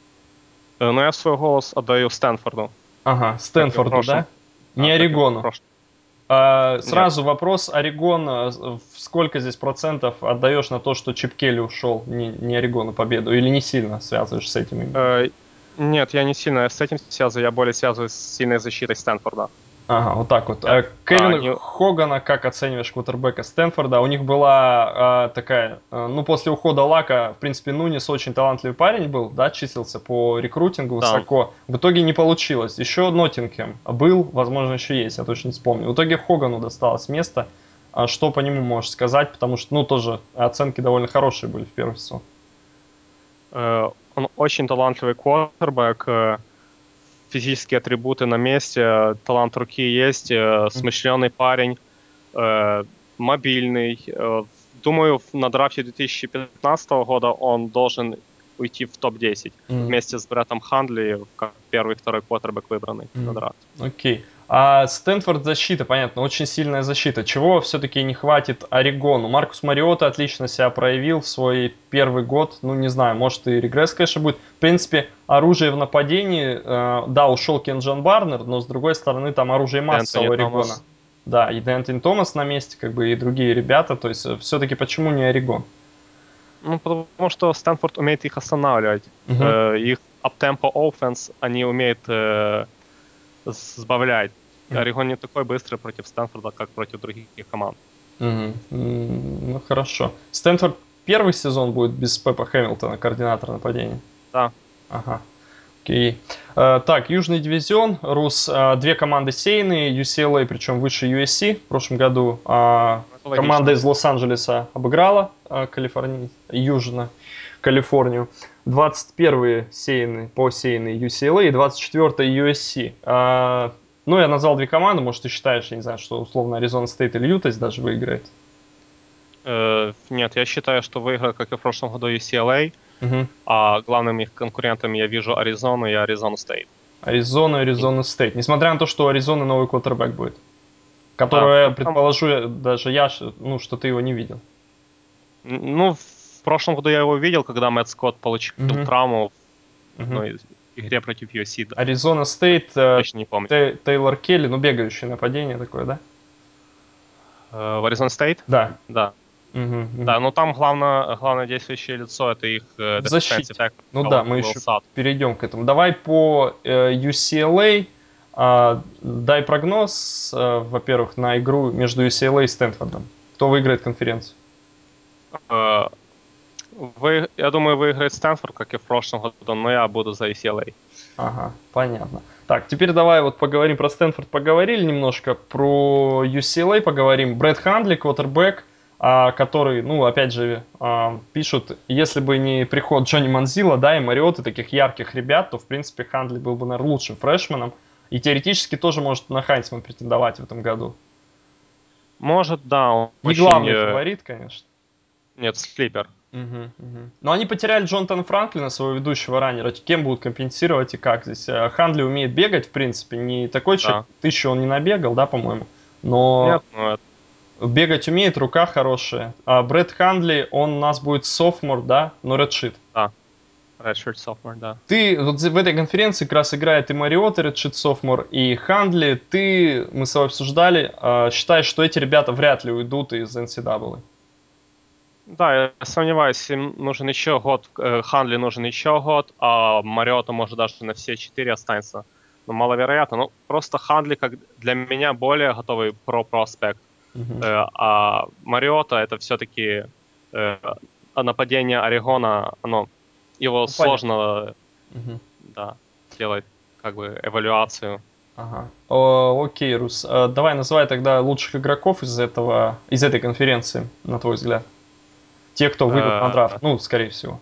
Э, Но я свой голос отдаю Стэнфорду, Ага, как и в Стэнфорду, прошлом. да? Не Да, как и в Орегону. прошлом. А, Нет. сразу вопрос, Орегон, э, в сколько здесь процентов отдаешь на то, что Чип Келли ушел, не, не Орегону победу, или не сильно связываешь с этим именно? Э, Нет, я не сильно с этим связываю, я более связываю с сильной защитой Стэнфорда. Ага, вот так вот. Я- А да, Кевина они... Хогана, как оцениваешь квотербека Стэнфорда? У них была а, такая, а, ну, после ухода Лака, в принципе, Нунис очень талантливый парень был, да, числился по рекрутингу Да. высоко. В итоге не получилось. Еще Ноттингем был, возможно, еще есть, я точно не вспомню. В итоге Хогану досталось место. А что по нему можешь сказать? Потому что, ну, тоже оценки довольно хорошие были в первый сезон. Э, Он очень талантливый квотербек, э, физические атрибуты на месте, талант руки есть, э, смышленый парень, э, мобильный. Э, Думаю, в- на драфте две тысячи пятнадцатого года он должен уйти в топ десять Мгм. вместе с Бреттом Хандли, как первый второй квотербек выбранный на Мгм. драфт. Окей. А Стэнфорд защита, понятно, очень сильная защита. Чего все-таки не хватит Орегону? Маркус Мариотта отлично себя проявил в свой первый год. Ну, не знаю, может и регресс, конечно, будет. В принципе, оружие в нападении, э, да, ушел Кенджан Барнер, но с другой стороны, там оружие масса у Энтони Орегона. Томас. Да, и Дэнтон Томас на месте, как бы и другие ребята. То есть, все-таки почему не Орегон? Ну, потому что Стэнфорд умеет их останавливать. Мгм. Э, Их up-tempo offense они умеют э, сбавлять. Мгм. Орегон не такой быстрый против Стэнфорда, как против других команд. Мгм. М, Ну, хорошо. Стэнфорд первый сезон будет без Пепа Хэмилтона, координатора нападения. Да, Ага. Окей. Э, так, Южный дивизион, Рус, э, две команды сеянные, ю си эл эй, причем выше ю эс си в прошлом году. А, это команда логично. из Лос-Анджелеса обыграла а, Калифорнию, Южно Калифорнию. двадцать первые сеянные, по сеянные ю си эл эй и двадцать четвёртые ю эс си. А, ну, я назвал две команды, может, ты считаешь, я не знаю, что условно Аризона Стейт или Юта даже выиграет. Э, Нет, я считаю, что выиграет, как и в прошлом году, ю си эл эй, Мгм. а главными их конкурентами я вижу Аризону и Аризону Стейт. Аризона, И- Аризона Стейт. Несмотря на то, что у Аризоны новый квотербек будет. Да, Которого, я ну, там, предположу, я- даже я, ш- ну, что ты его не видел. н- ну, в прошлом году я его видел, когда Мэтт Скотт получил Мгм, травму в мгм. одной из- игре против ю эс си. Да, Аризона Стейт, э, точно не помню. Те- Тейлор Келли, ну, бегающее нападение такое, да? Э, В Аризона Стейт? Да. Да. Мгм, мгм. Да, но там главное, главное действующее лицо — это их э, В defensive защите. tackle Ну да, Will мы Will еще Sutton. перейдем к этому. Давай по э, ю си эл эй. а, дай прогноз, э, во-первых, на игру между ю си эл эй и Стэнфордом. Кто выиграет конференцию? Э, Вы, я думаю, выиграет Стэнфорд, как и в прошлом году, но я буду за ю си эл эй. Ага, понятно. Так, теперь давай вот поговорим про Стэнфорд, поговорили немножко, про ю си эл эй поговорим. Брэд Хандли, квотербек, а, который, ну, опять же, а, пишут, если бы не приход Джонни Манзила, да, и Мариотты, таких ярких ребят, то, в принципе, Хандли был бы, наверное, лучшим фрешменом. И теоретически тоже может на Хайнсман претендовать в этом году. Может, да, он Не очень... главный э, фаворит, конечно. Нет, слипер. Мгм, мгм. Но они потеряли Джонатана Франклина, своего ведущего раннера. Кем будут компенсировать и как здесь? Э, Хандли умеет бегать, в принципе. Не такой человек, Да. тысячу он не набегал, да, по-моему. Но Нет, ну это... бегать умеет, рука хорошая. А Брэд Хандли, он у нас будет софтмор, да, но редшит. Да, Redshirt sophomore, да. Ты вот в этой конференции как раз играет и Мариотта, редшит софтмор, и Хандли. Ты, мы с тобой обсуждали, а, считаешь, что эти ребята вряд ли уйдут из эн си эй эй? Да, я сомневаюсь, им нужен еще год, э, Ханли нужен еще год, а Мариотта может даже на все четыре останется. Но маловероятно. Ну, просто Ханли как для меня более готовый про-проспект. Мгм. Э, а Мариотта это все-таки э, нападение Орегона, оно, его Ну, понятно. сложно, Мгм. да, делать как бы эвалюацию. Ага. О, окей, Рус. А, давай называй тогда лучших игроков из этого, из этой конференции, на твой взгляд. Те, кто выйдут на Э, драфт. Ну, скорее всего.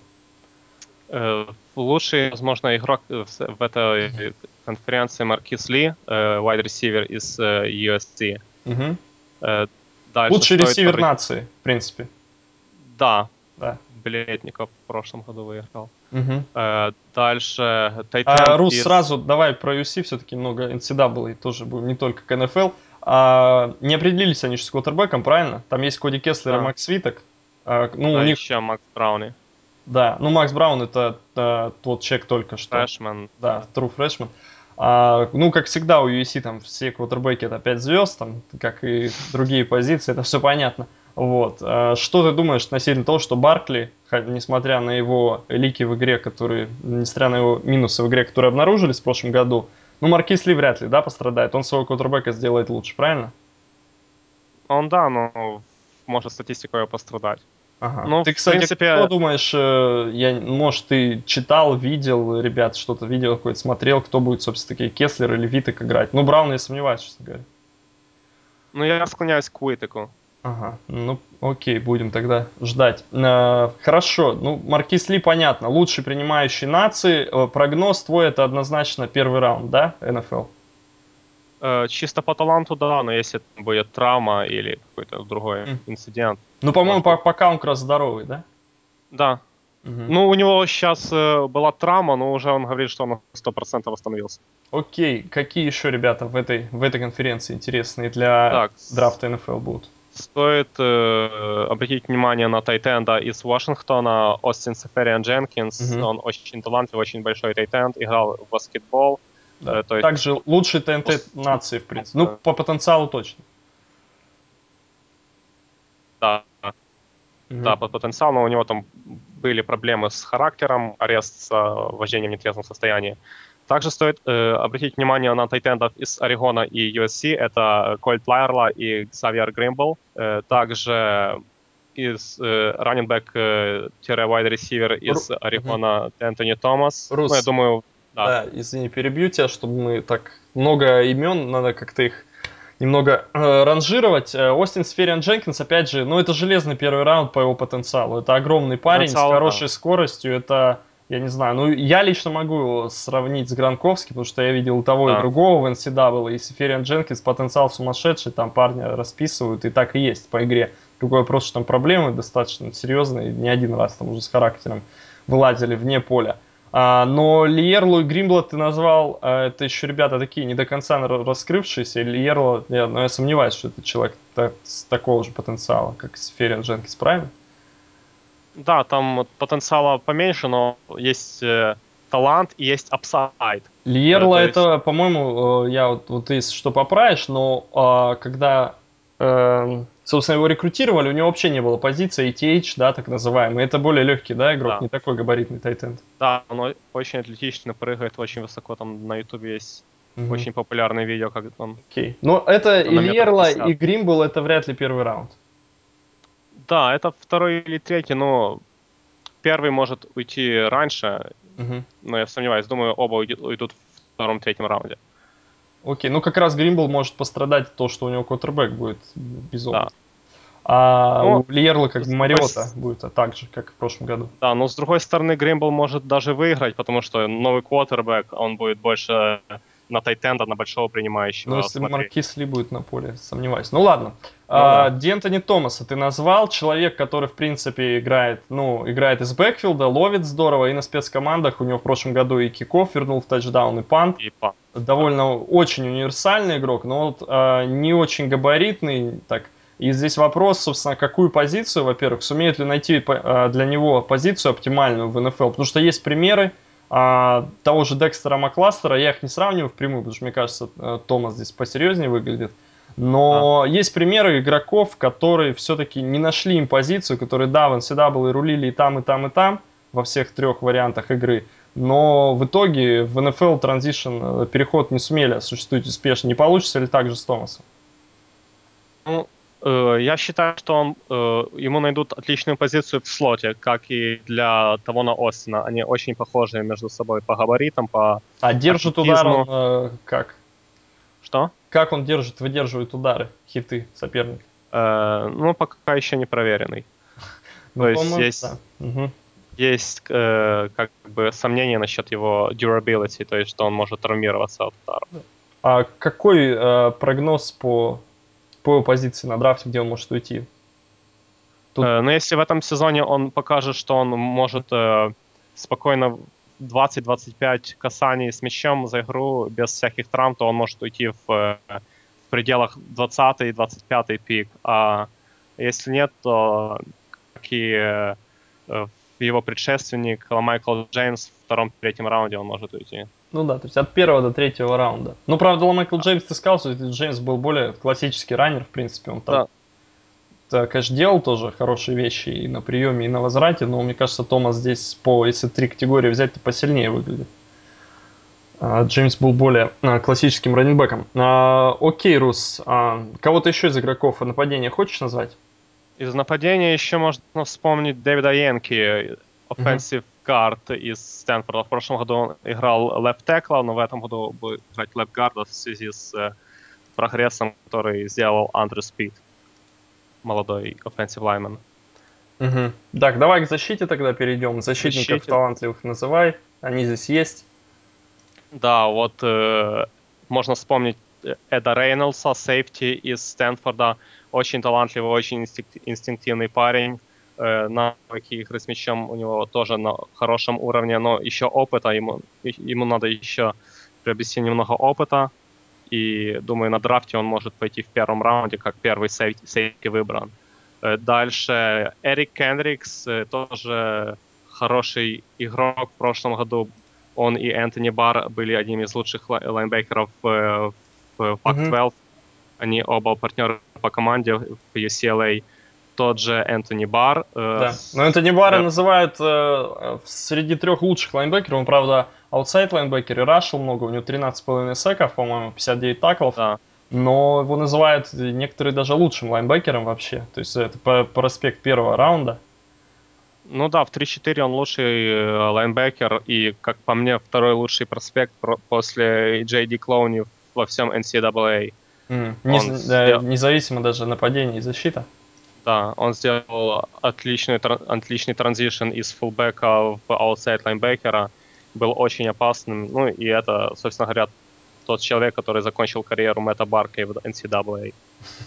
э, Лучший, возможно, игрок в, с- в этой конференции Маркис Ли, э, wide receiver из э, ю эс си. Мгм. Э, Дальше Лучший стоит ресивер обратить... нации, в принципе. Да, Да. Блетников в прошлом году выиграл. Мгм. Э, Дальше А, Тайтенд Рус, из... сразу давай про ю си все-таки много эн си эй эй тоже будем, не только к эн эф эл. А, не определились они же с квотербеком, правильно? Там есть Коди Кеслер и Да, Макс Виток. А, ну, у да, них, еще Макс Брауни. да, ну, Макс Браун это, а, тот человек только что. Фрешман, Да, да. true freshman. А, ну, как всегда, у ю эс си там все квотербеки это пять звезд, там, как и другие позиции, это все понятно. Вот. А, что ты думаешь относительно того, что Баркли, ха- несмотря на его лики в игре, которые, несмотря на его минусы в игре, которые обнаружились в прошлом году, ну, Маркис Ли вряд ли, да, пострадает, он своего квотербека сделает лучше, правильно? Он, да, но может статистика его пострадать. Ага. Ну, Ты, в кстати, кто принципе, думаешь, э, я, может, ты читал, видел, ребят, что-то видео какое-то смотрел, кто будет, собственно, таки Кеслер или Витек играть? Ну, Браун я сомневаюсь, честно говоря. ну, я склоняюсь к Уитеку. Ага, ну окей, будем тогда ждать. Э, хорошо, ну Маркис Ли понятно, лучший принимающий нации. Э, прогноз твой это однозначно первый раунд, да, эн эф эл? Э, чисто по таланту, да, но если там будет травма или какой-то другой М. инцидент, Ну, по-моему, может по- быть. пока он как раз здоровый, да? Да. Мгм. Ну, у него сейчас э, была травма, но уже он говорит, что он на сто процентов восстановился. Окей, какие еще ребята в этой, в этой конференции интересные для Так, с- драфта эн эф эл будут? стоит э, обратить внимание на тайтенда из Вашингтона, Остин Сефериан Дженкинс. Мгм. Он очень талантливый, очень большой тайтенд, играл в баскетбол. Да. Э, то есть, Также лучший тэ эн тэ нации, в принципе. Ну, по потенциалу точно. да, Мгм. да, по потенциалу, но у него там были проблемы с характером, арест с э, вождением в нетрезвом состоянии. Также стоит э, обратить внимание на тайтендов из Орегона и ю эс си. Это Кольт Лайерла и Ксавьер Гримбл. Э, также из э, раннинбэк-wide ресивер из Ру- Мгм. Орегона Энтони Томас. Ну, я Рус, думаю, да. да, извини, перебью тебя, чтобы мы так много имен, надо как-то их немного э, ранжировать. Э, Остин Сфериан Дженкинс, опять же, ну это железный первый раунд по его потенциалу. Это огромный парень с Потенциал, да. хорошей скоростью. Это, я не знаю, ну я лично могу его сравнить с Гранковским, потому что я видел и того и Да. другого в эн си эй эй. И Сфериан Дженкинс потенциал сумасшедший, там парня расписывают, и так и есть по игре. Другой вопрос, что там проблемы достаточно серьезные, не один раз там уже с характером вылазили вне поля. А, но Лиерлу и Гримбла ты назвал, а, это еще ребята такие не до конца ра- раскрывшиеся. Лиерло, я, но я сомневаюсь, что это человек та- с такого же потенциала, как Сфериан Дженкинс, правильно? Да, там вот потенциала поменьше, но есть э, талант и есть апсайд. Э, Лиерло то есть, это, по-моему, э, я вот, вот ты если что поправишь, но а, когда, эм, собственно, его рекрутировали, у него вообще не было позиции эй ти эйч, да, так называемый. Это более легкий, да, игрок, да. не такой габаритный тайтенд. Да, он о- очень атлетично прыгает, очень высоко. Там на ютубе есть Мгм. очень популярное видео, как он Окей. Но это где-то и на метр Лиерло, и пятьдесят. Гримбл, это вряд ли первый раунд. Да, это второй или третий, но первый может уйти раньше, Мгм. но я сомневаюсь. Думаю, оба уйдут, уйдут в втором-третьем раунде. Окей, ну как раз Гримбл может пострадать от того, что у него квотербек будет без Да. опыта. А Ну, у Лиерла как бы с другой, Мариота с- будет а так же, как в прошлом году. да, но с другой стороны, Гримбл может даже выиграть, потому что новый квотербек, он будет больше на тайтенда, на большого Но принимающего если смотреть. Маркис Ли будет на поле, сомневаюсь. Ну ладно. Ну А, да, Д'Энтони Томаса ты назвал. Человек, который, в принципе, играет, ну, играет из бэкфилда, ловит здорово. И на спецкомандах у него в прошлом году и киков вернул в тачдаун, и пант. и пан. Да. Довольно очень универсальный игрок, но вот а, не очень габаритный. Так, и здесь вопрос, собственно, какую позицию, во-первых, сумеют ли найти по- а, для него позицию оптимальную в эн эф эл, потому что есть примеры а, того же Декстера Макластера, я их не сравниваю впрямую, потому что мне кажется, э, Томас здесь посерьезнее выглядит, Да. но есть примеры игроков, которые все-таки не нашли им позицию, которые, да, в эн си эй эй рулили и там, и там, и там, во всех трех вариантах игры, но в итоге в эн эф эл транзишн, э, переход не сумели осуществить успешно. Не получится ли так же с Томасом? Ну, э, я считаю, что он, э, ему найдут отличную позицию в слоте, как и для Тавона Остина. Они очень похожи между собой по габаритам, по А держит удар он атлетизму. э, как? Что? Как он держит, выдерживает удары, хиты соперника? Э, ну, пока еще не проверенный. Ну, То есть по-моему, да. есть, Мгм. есть э, как бы сомнения насчет его durability, то есть что он может травмироваться от ударов. А какой э, прогноз по, по его позиции на драфте, где он может уйти? Тут Э, но если в этом сезоне он покажет, что он может э, спокойно двадцать-двадцать пять касаний с мячом за игру без всяких травм, то он может уйти в, э, в пределах двадцатый-двадцать пятый пик. А если нет, то как и э, э, его предшественник Майкл Джеймс в втором-третьем раунде он может уйти. Ну да, то есть от первого до третьего раунда. Ну, правда, Майкл Да. Джеймс, ты сказал, что Джеймс был более классический раннер, в принципе. Он там, Да. да, конечно, делал тоже хорошие вещи и на приеме, и на возврате, но мне кажется, Томас здесь, по, если три категории взять, то посильнее выглядит. А, Джеймс был более а, классическим раннинбеком. А, окей, Рус, а, кого-то еще из игроков нападения хочешь назвать? Из нападения еще можно вспомнить Дэвида Янки, Мгм. offensive guard из Стэнфорда. В прошлом году он играл left tackle, но в этом году будет играть left guard в связи с э, прогрессом, который сделал Андрю Спид. молодой offensive lineman. Угу. Так, давай к защите тогда перейдем. Защитников Защите. талантливых называй. Они здесь есть. Да, вот э, можно вспомнить Эда Рейнольдса, сейфти из Стэнфорда. Очень талантливый, очень инстинк- инстинктивный парень. Э, навыки игры с мячом у него тоже на хорошем уровне, но еще опыта. Ему, ему надо еще приобрести немного опыта. И думаю, на драфте он может пойти в первом раунде, как первый сейфти, сейфти выбран. Э, дальше Эрик Кендрикс, э, тоже хороший игрок в прошлом году. Он и Энтони Барр были одними из лучших лайнбекеров э, в пак Угу. двенадцать. Они оба партнеры по команде в ю си эл эй. Тот же Энтони Барр. Э, Да. Но Энтони Барра называют э, среди трех лучших лайнбекеров. Он, правда, аутсайд лайнбекер и рашил много. У него тринадцать с половиной секов, по-моему, пятьдесят девять таклов. Да. Но его называют некоторые даже лучшим лайнбекером вообще. То есть это по проспект первого раунда. Ну да, в три-четыре он лучший э, лайнбекер, и, как по мне, второй лучший проспект про- после Джей Ди Клоуни во всем эн си эй эй. Mm. Он Нез- да, сделал, независимо даже нападение и защита. да, он сделал отличный, тра- отличный транзишн из фулбека в аутсайд лайнбекера, был очень опасным, ну и это, собственно говоря, тот человек, который закончил карьеру Мэтта Баркли в эн си эй эй.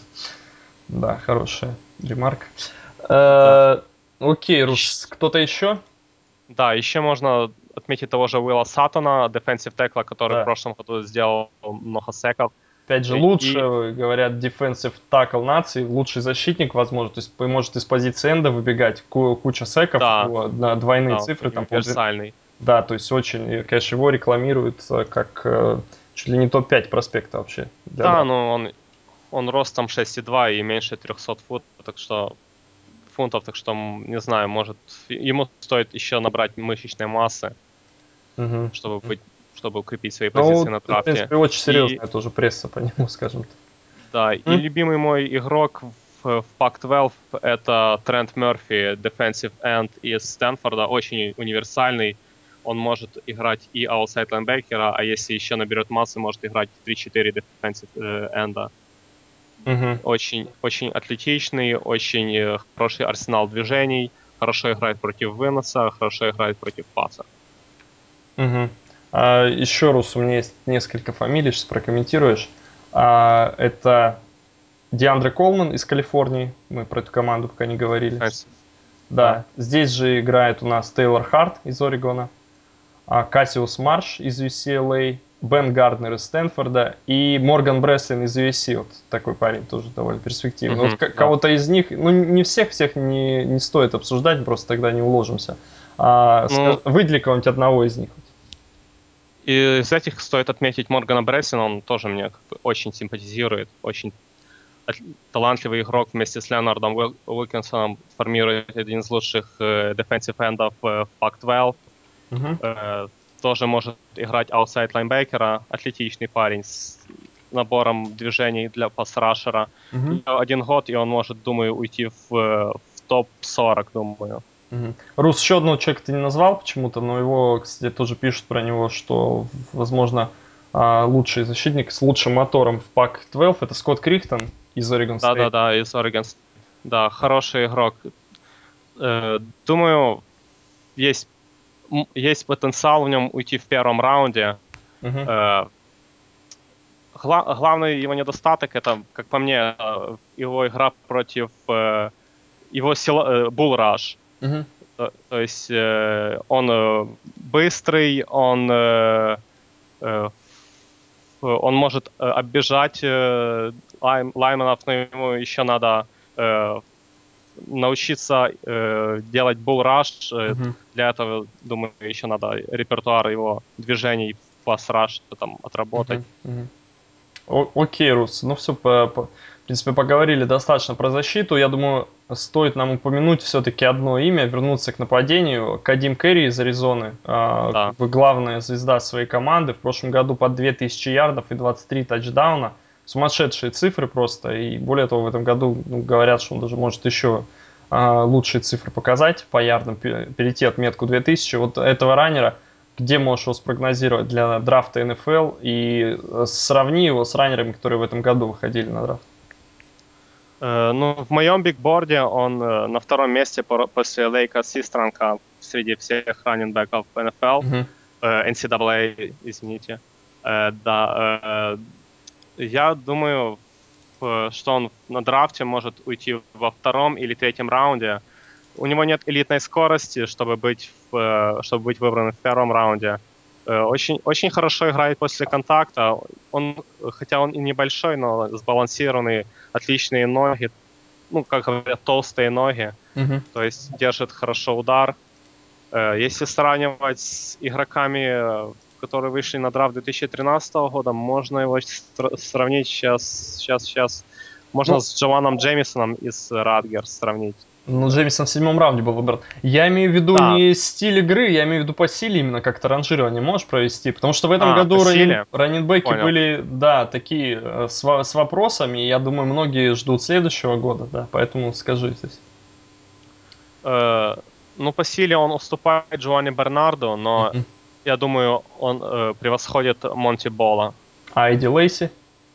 Да, хорошая ремарка. Да. Э, Окей, Ищ- Рус, кто-то еще? Да, еще можно отметить того же Уилла Саттона, дефенсив текла, который в Да. прошлом году сделал много секов. Опять же, И, и лучше, говорят, defensive tackle нации, лучший защитник, возможно, то есть может из позиции энда выбегать, ку- куча секов, у да, него на двойные да, цифры, там полдве- универсальный. Да, то есть очень, и, конечно, его рекламируют э, как э, чуть ли не топ пять проспекта вообще для Да, драфта. но он, он ростом шесть и два и меньше трехсот фут, так что фунтов, так что, м, не знаю, может, ему стоит еще набрать мышечной массы, Мгм. чтобы быть, чтобы укрепить свои позиции Ну, на в драфте. принципе, очень И серьезная тоже пресса по нему, скажем так. да, и М? любимый мой игрок в, в пак двенадцать это Трент Мерфи, defensive end из Стэнфорда, очень универсальный. Он может играть и аутсайд лайнбекера, а если еще наберет массы, может играть три-четыре defensive э, энда. Мгм. Очень, очень атлетичный, очень э, хороший арсенал движений, хорошо играет против выноса, хорошо играет против паса. Мгм. А, еще раз, у меня есть несколько фамилий, сейчас прокомментируешь. А, это Диандре Колман из Калифорнии. Мы про эту команду пока не говорили. Defensive, да. Да, здесь же играет у нас Тейлор Харт из Орегона, а, Кассиус Марш из ю си эл эй, Бен Гарднер из Стэнфорда и Морган Бреслин из ю эс си. Вот такой парень тоже довольно перспективный. Вот Мгм, к- да. кого-то из них, ну не всех, всех не, не стоит обсуждать, просто тогда не уложимся. А, скаж- Ну, выдели кого-нибудь одного из них. и из этих стоит отметить Моргана Брессина, он тоже мне как бы очень симпатизирует, очень от- талантливый игрок вместе с Леонардом Уил- Уилкинсоном формирует один из лучших э, defensive эндов э, в пак двенадцать. Мгм. Э, тоже может играть аутсайд лайнбекера, атлетичный парень с набором движений для пасрашера. Мгм. Один год, и он может, думаю, уйти в, э, в топ сорок, думаю. Мгм. Рус, еще одного человека ты не назвал почему-то, но его, кстати, тоже пишут про него, что, возможно, а, лучший защитник с лучшим мотором в пак двенадцать это Скотт Крихтон из Oregon State. Да-да-да, из Oregon State. Да, хороший игрок. Э, думаю, есть, м- есть потенциал в нем уйти в первом раунде. Мгм. Э, гла- главный его недостаток это, как по мне, э, его игра против э, его сила, э, bull rush. Мгм. То, то есть э, он э, быстрый, он э, э, он может э, оббежать э, лайн, лайнменов, но ему еще надо э, научиться э, делать bull rush. Э, Мгм. для этого, думаю, еще надо репертуар его движений в pass rush там отработать. Мгм. Мгм. О- Окей, Рус, ну все, по, по- в принципе, поговорили достаточно про защиту. Я думаю, стоит нам упомянуть все-таки одно имя, вернуться к нападению. Кадим Керри из Аризоны, а, Да. как бы главная звезда своей команды. В прошлом году под две тысячи ярдов и двадцать три тачдауна. Сумасшедшие цифры просто. И более того, в этом году ну, говорят, что он даже может еще а, лучшие цифры показать по ярдам, пе- перейти отметку две тысячи. Вот этого раннера где можешь его спрогнозировать для драфта эн эф эл и э, сравни его с раннерами, которые в этом году выходили на драфт. Э, ну, в моем бигборде он э, на втором месте по- после Лейка Систранка среди всех раннинбеков эн эф эл, Мгм. э, эн си эй эй, извините. Э, да, э, я думаю, в- что он на драфте может уйти во втором или третьем раунде. У него нет элитной скорости, чтобы быть, в, э, чтобы быть выбранным в первом раунде. Э, Очень, очень хорошо играет после контакта. Он, хотя он и небольшой, но сбалансированный, отличные ноги, ну, как говорят, толстые ноги, Мгм. то есть держит хорошо удар. Э, Если сравнивать с игроками, э, которые вышли на драфт две тысячи тринадцатого года, можно его стра- сравнить сейчас, сейчас, сейчас. Можно Ну, с Джованом Джеймисоном из Радгерс сравнить. ну, Джеймисон в седьмом раунде был выбран. Я имею в виду Да, не стиль игры, я имею в виду по силе именно как-то ранжирование можешь провести. Потому что в этом а, по году раннин, силе, раннинбеки понял. были, да, такие э, с, во- с вопросами. И я думаю, многие ждут следующего года, да. Поэтому скажи здесь. Э, ну, по силе он уступает Джоанни Бернарду, но Мгм. я думаю, он э, превосходит Монти Бола. А Эдди Лейси?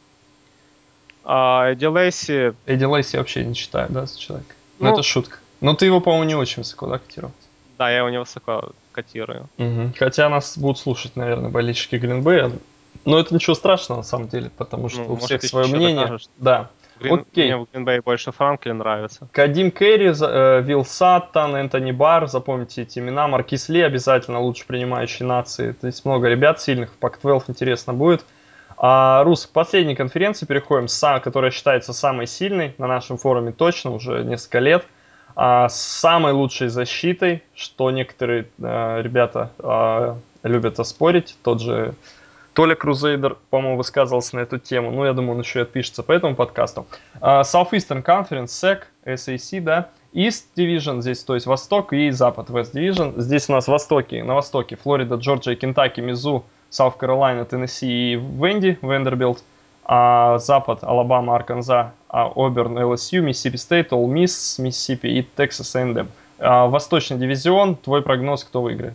А Эдди Лейси, Эдди Лейси я вообще не считаю, да, за человека. Ну, это ну, шутка. Но ты его, по-моему, не очень высоко, да, котировал? да, я его невысоко котирую. Мгм. Хотя нас будут слушать, наверное, болельщики Гринбея. Но это ничего страшного, на самом деле, потому Ну, что у всех может, свое еще мнение. докажешь. Да. Грин... Мне Окей. в Гринбей больше Франклин нравится. Кадим Керри, за- э, Вилл Саттон, Энтони Барр, запомните эти имена. Маркис Ли обязательно лучше принимающий нации. То есть много ребят сильных. В пак двенадцать интересно будет. А, Рус, к последней конференции переходим, са- которая считается самой сильной на нашем форуме точно уже несколько лет. А, с самой лучшей защитой, что некоторые э, ребята э, любят оспорить. Тот же Толя Крузейдер, по-моему, высказывался на эту тему. Ну, я думаю, он еще и отпишется по этому подкасту. А, Southeastern Conference, сек, эс эй си, да. East Division здесь, то есть Восток, и Запад, West Division. Здесь у нас востоки, на Востоке Флорида, Джорджия, Кентаки, Мизу, Саут Каролайна, Теннесси и Венди, Вендербилт. А Запад, Алабама, Арканза, а Оберн, эл эс ю, Миссисипи Стейт, Олл Мисс, Миссисипи и Texas эй энд эм. А, Восточный дивизион, твой прогноз, кто выиграет?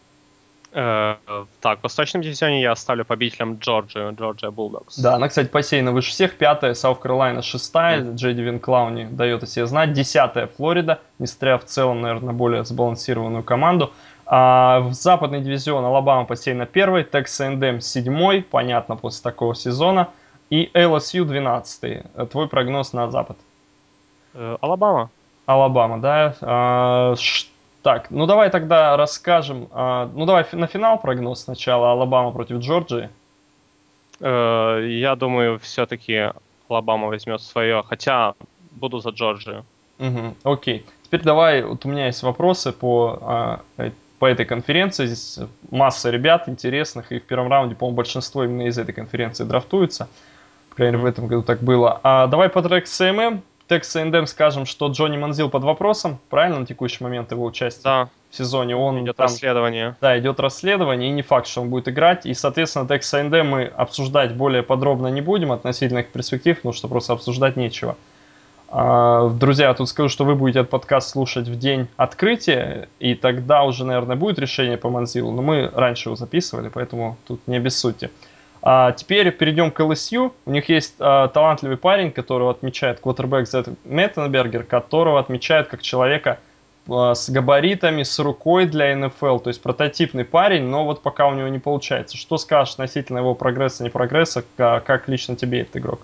Э, так, в Восточном дивизионе я ставлю победителем Джорджию, Джорджия Да, Булldogс. она, кстати, посеяна выше всех. Пятая, Саут Каролайна, Мгм. шестая, Джейди Вин Клауни дает о себе знать. Десятая, Флорида, несмотря в целом, наверное, более сбалансированную команду. А в западный дивизион Алабама посеяна первой, Texas эй энд эм седьмой, понятно, после такого сезона. И эл эс ю двенадцатый. Твой прогноз на запад? Э, Алабама. Алабама, да? А, ш- так, ну давай тогда расскажем. а, ну давай фи- на финал прогноз сначала. Алабама против Джорджии. Э, я думаю, все-таки Алабама возьмет свое, хотя буду за Джорджию. Мгм. Окей. Теперь давай, вот у меня есть вопросы по, а, э, по этой конференции. Здесь масса ребят интересных, и в первом раунде, по-моему, большинство именно из этой конференции драфтуются. По крайней мере, в Мгм. этом году так было. А давай по Texas эй энд эм. Texas эй энд эм скажем, что Джонни Манзил под вопросом, правильно, на текущий момент его участия Да, в сезоне. Он идет там, расследование. да, идет расследование, и не факт, что он будет играть. И, соответственно, Texas эй энд эм мы обсуждать более подробно не будем относительно их перспектив, потому что просто обсуждать нечего. А, Друзья, тут скажу, что вы будете этот подкаст слушать в день открытия, и тогда уже, наверное, будет решение по Манзилу, но мы раньше его записывали, поэтому тут не обессудьте. А теперь перейдем к эл эс ю. У них есть а, талантливый парень, которого отмечает квотербек Зет Меттенбергер, которого отмечают как человека а, с габаритами, с рукой для эн эф эл, то есть прототипный парень, но вот пока у него не получается. Что скажешь относительно его прогресса, не прогресса, ка- как лично тебе этот игрок?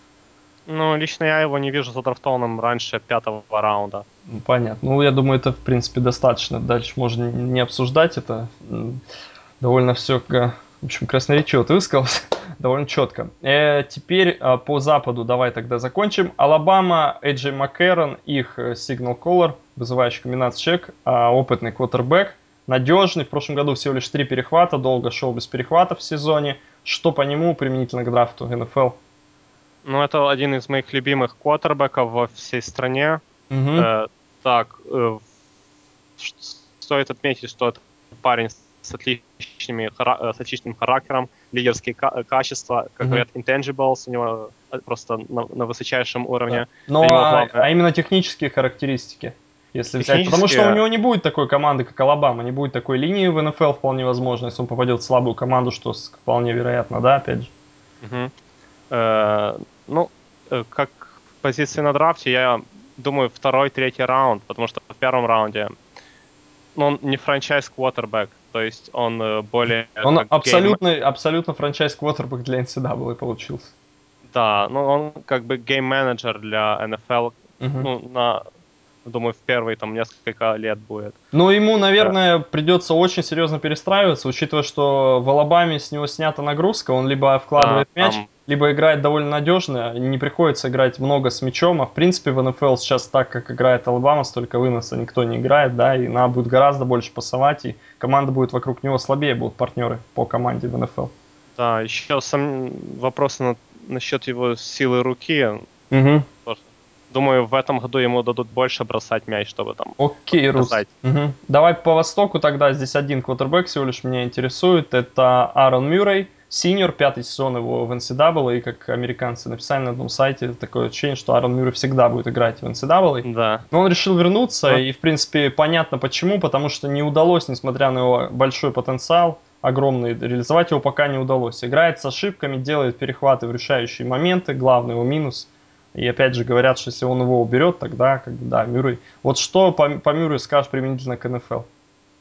Ну, лично я его не вижу задрафтованным раньше пятого раунда. Ну, понятно. Ну, я думаю, это, в принципе, достаточно. Дальше можно не обсуждать это. М, Довольно все, в общем, красноречиво ты высказался. Довольно четко. Э, теперь а, по западу давай тогда закончим. Алабама, Эйджей Маккерон, их э, сигнал коллер, вызывающий комбинацию чек, а, опытный квотербек, надежный. В прошлом году всего лишь три перехвата, долго шел без перехватов в сезоне. Что по нему применительно к драфту эн эф эл? Ну, это один из моих любимых квотербеков во всей стране. Угу, Э, так, э, ш- стоит отметить, что это парень с отличными, хара- э, с отличным характером, лидерские ка- качества, как угу. говорят, intangibles у него э, просто на, на высочайшем Да. уровне. Для Но него а, главное а именно технические характеристики, если взять. Потому что у технически. него не будет такой команды, как Алабама, не будет такой линии в эн эф эл вполне возможно, если он попадет в слабую команду, что с- вполне вероятно, да, опять же. Мгм. Э, ну, э, как позиции на драфте, я думаю, второй, третий раунд, потому что в первом раунде, ну, он не франчайз-квотербэк, то есть он э, более Он как гейм... абсолютно, абсолютно франчайз-квотербек для эн си эй эй получился. Да, ну, он как бы гейм-менеджер для эн эф эл, Мгм. ну, на, думаю, в первые там несколько лет будет. Ну, ему, Э, наверное, придется очень серьезно перестраиваться, учитывая, что в Алабаме с него снята нагрузка, он либо Да, вкладывает мяч, там, либо играет довольно надежно, не приходится играть много с мячом, а в принципе в эн эф эл сейчас так, как играет Алабама, столько выноса никто не играет, да, и надо будет гораздо больше пасовать, и команда будет вокруг него слабее, будут партнеры по команде в эн эф эл. да, еще сам вопросы на, насчет его силы руки. Угу. Тоже. Думаю, в этом году ему дадут больше бросать мяч, чтобы там Окей, Рус. показать. Мгм. Давай по Востоку тогда. Здесь один квотербек всего лишь меня интересует. Это Аарон Мюррей, синьор, пятый сезон его в эн си эй эй. И как американцы написали на одном сайте, такое ощущение, что Аарон Мюррей всегда будет играть в эн си эй эй. Да. Но он решил вернуться, Ну, и, в принципе, понятно почему. Потому что не удалось, несмотря на его большой потенциал, огромный, реализовать его пока не удалось. Играет с ошибками, делает перехваты в решающие моменты. Главный его минус. И опять же говорят, что если он его уберет, тогда, как бы, да, Мюррей. Вот что по, по Мюррею скажешь применительно к эн эф эл?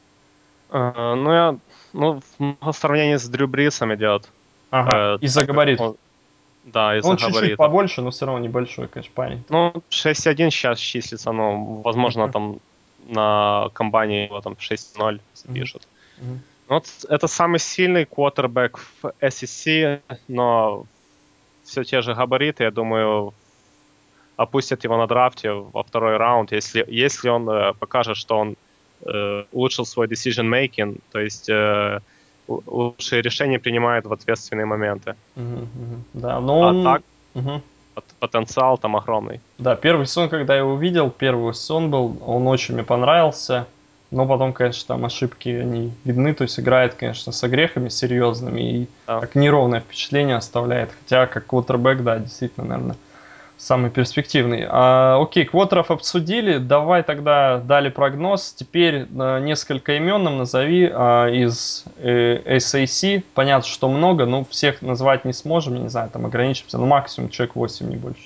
э, ну, я, ну, в сравнении с Дрю Брисом идет, Ага, э, из-за так как габаритов. он, да, Ну, из-за он чуть-чуть габаритов. побольше, но все равно небольшой, конечно, парень. Ну, шесть один сейчас числится, но, возможно, Мгм, там на комбайне его там шесть ноль мгм, запишут. мгм. Ну, вот это самый сильный квотербек в эс и си, но все те же габариты, я думаю, опустят его на драфте во второй раунд, если, если он э, покажет, что он э, улучшил свой decision making, то есть э, л- лучшие решения принимает в ответственные моменты. Мгм, мгм. Да, но А он... так Мгм. пот- потенциал там огромный. Да, первый сезон, когда я его увидел, первый сезон был, он очень мне понравился. Но потом, конечно, там ошибки, они видны. То есть играет, конечно, с огрехами серьезными. И Да. так неровное впечатление оставляет. Хотя, как квотербек, да, действительно, наверное, самый перспективный. А, окей, квотеров обсудили. Давай тогда дали прогноз. Теперь э, несколько имен нам назови а, из э, эс эй си. Понятно, что много, но всех назвать не сможем. Я не знаю, там ограничимся. Ну, максимум человек восемь, не больше.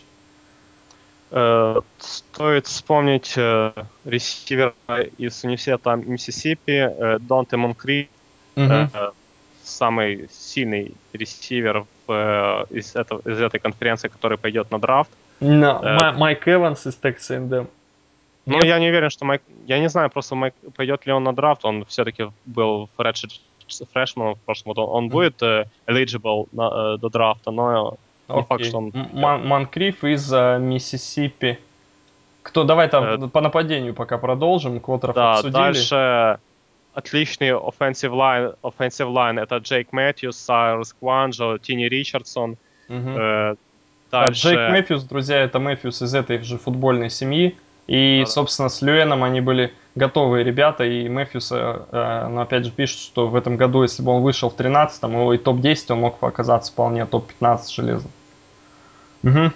Э, стоит вспомнить э, ресивера из университета Миссисипи, э, Донте Монкри, э, Мгм. самый сильный ресивер в, э, из, этого, из этой конференции, который пойдет на драфт. На- Э, Ма- Майк Эванс из Texas эй энд эм. Ну, Нет? я не уверен, что Майк... Я не знаю, просто Майк... пойдет ли он на драфт. Он все-таки был фрешманом в прошлом году. Он Мгм. будет э, eligible на, э, до драфта, но не факт, что Окей. он М- идет. Ман- Монкриф из э, Миссисипи. Кто? Давай Э, там по нападению пока продолжим. Квотеров да, обсудили. дальше отличный offensive line, offensive line это Джейк Мэтьюс, Сайрус Кванджо, Тини Ричардсон. Мгм. Э, Да, Джейк дальше... Мэфьюс, друзья, это Мэфьюс из этой же футбольной семьи. И, Да-да. собственно, с Люэном они были готовые ребята. И Мэфьюса, э, ну, опять же, пишут, что в этом году, если бы он вышел в тринадцатом, его и топ десять, он мог оказаться вполне топ пятнадцать железно. Мгм.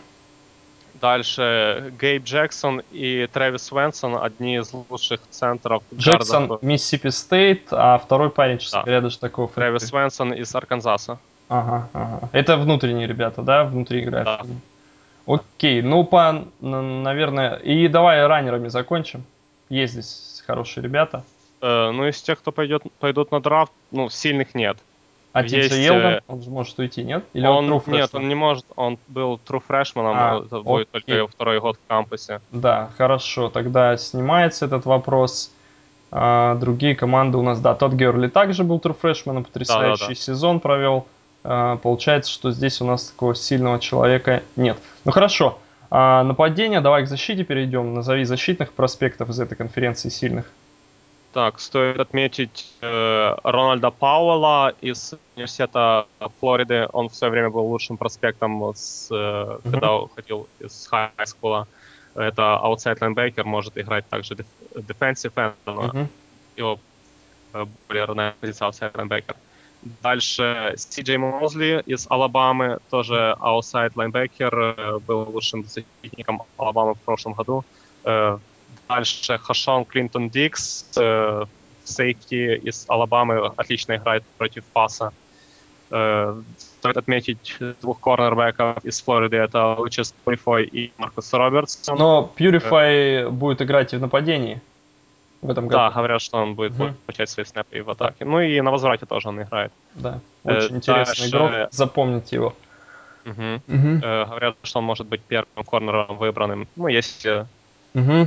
Дальше Гейб Джексон и Трэвис Свенсон, одни из лучших центров гардов. Джексон, Миссисипи Стейт, а второй парень, честно Да, говоря, даже такого Трэвис фамилии. Свенсон из Арканзаса. Ага, ага. Это внутренние ребята, да? Внутри играют. Да, да. Окей, ну, по, н- наверное... И давай раннерами закончим. Есть здесь хорошие ребята. Э, ну, из тех, кто пойдет, пойдут на драфт, ну, сильных нет. А Ти Джей Есть... Елдон, э, он же может уйти, нет? Или он true он, нет, freshman? он не может, он был true freshman, А, это будет только окей. его второй год в кампусе. Да, хорошо, тогда снимается этот вопрос. А, другие команды у нас, да, Тодд Герли также был true freshman, потрясающий Да-да-да. сезон провел. А, получается, что здесь у нас такого сильного человека нет. Ну хорошо, а, нападение, давай к защите перейдем. Назови защитных проспектов из этой конференции сильных. Так, стоит отметить э, Рональда Пауэлла из университета Флориды. Он в свое время был лучшим проспектом, с, э, Мгм, когда уходил из хай-скула. Это аутсайд лайнбекер, может играть также defensive end, но мгм. его э, более родная позиция аутсайд лайнбекер. Дальше Си Джей Мозли из Алабамы, тоже аутсайд лайнбекер, э, был лучшим защитником Алабамы в прошлом году. Э, Дальше Хашон Клинтон Дикс, э, сейфти из Алабамы, отлично играет против паса. Э, стоит отметить двух корнербеков из Флориды, это Лучис Пурифой и Маркус Робертсон. Но Purify будет играть и в нападении в этом году. Да, говорят, что он будет Угу. получать свои снэпы и в атаке. Ну и на возврате тоже он играет. Да, очень Э, интересный дальше... игрок, запомните его. Угу. Угу. Э, говорят, что он может быть первым корнером выбранным. Ну, если... Угу.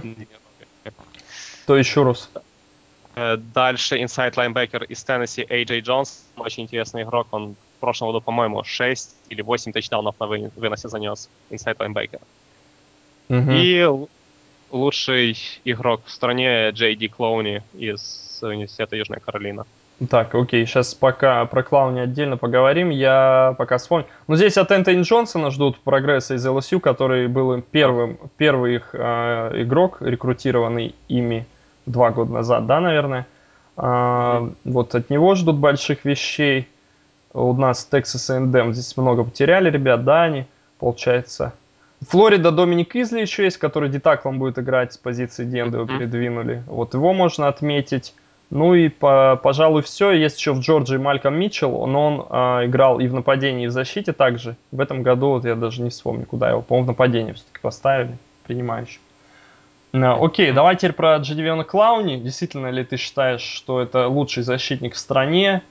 То еще раз. Э, дальше инсайд лайнбекер из Теннесси Эй Джей Джонс. Очень интересный игрок. Он в прошлом году, по-моему, шесть или восемь тачдаунов на вы- выносе занес. Инсайд лайнбекер. Угу. И лучший игрок в стране Джей Ди Клоуни из Университета Южная Каролина. Так, окей, сейчас пока про Клауни отдельно поговорим, я пока вспомню. Ну, здесь от Энтони Джонсона ждут прогресса из эл эс ю, который был им первым, да. первый их э, игрок, рекрутированный ими два года назад, да, наверное. А, mm-hmm. Вот от него ждут больших вещей. У нас Texas эй энд эм здесь много потеряли ребят, да, они, получается. Флорида Доминик Изли еще есть, который дитаклом будет играть с позиции Денда, его mm-hmm. передвинули. Вот его можно отметить. Ну и, по, пожалуй, все. Есть еще в Джорджии Мальком Митчелл, но он а, играл и в нападении, и в защите также. В этом году, вот я даже не вспомню, куда его, по-моему, в нападении все-таки поставили, принимающий. А, окей, mm-hmm. давай теперь про Джадивиона Клауни. Действительно ли ты считаешь, что это лучший защитник в стране?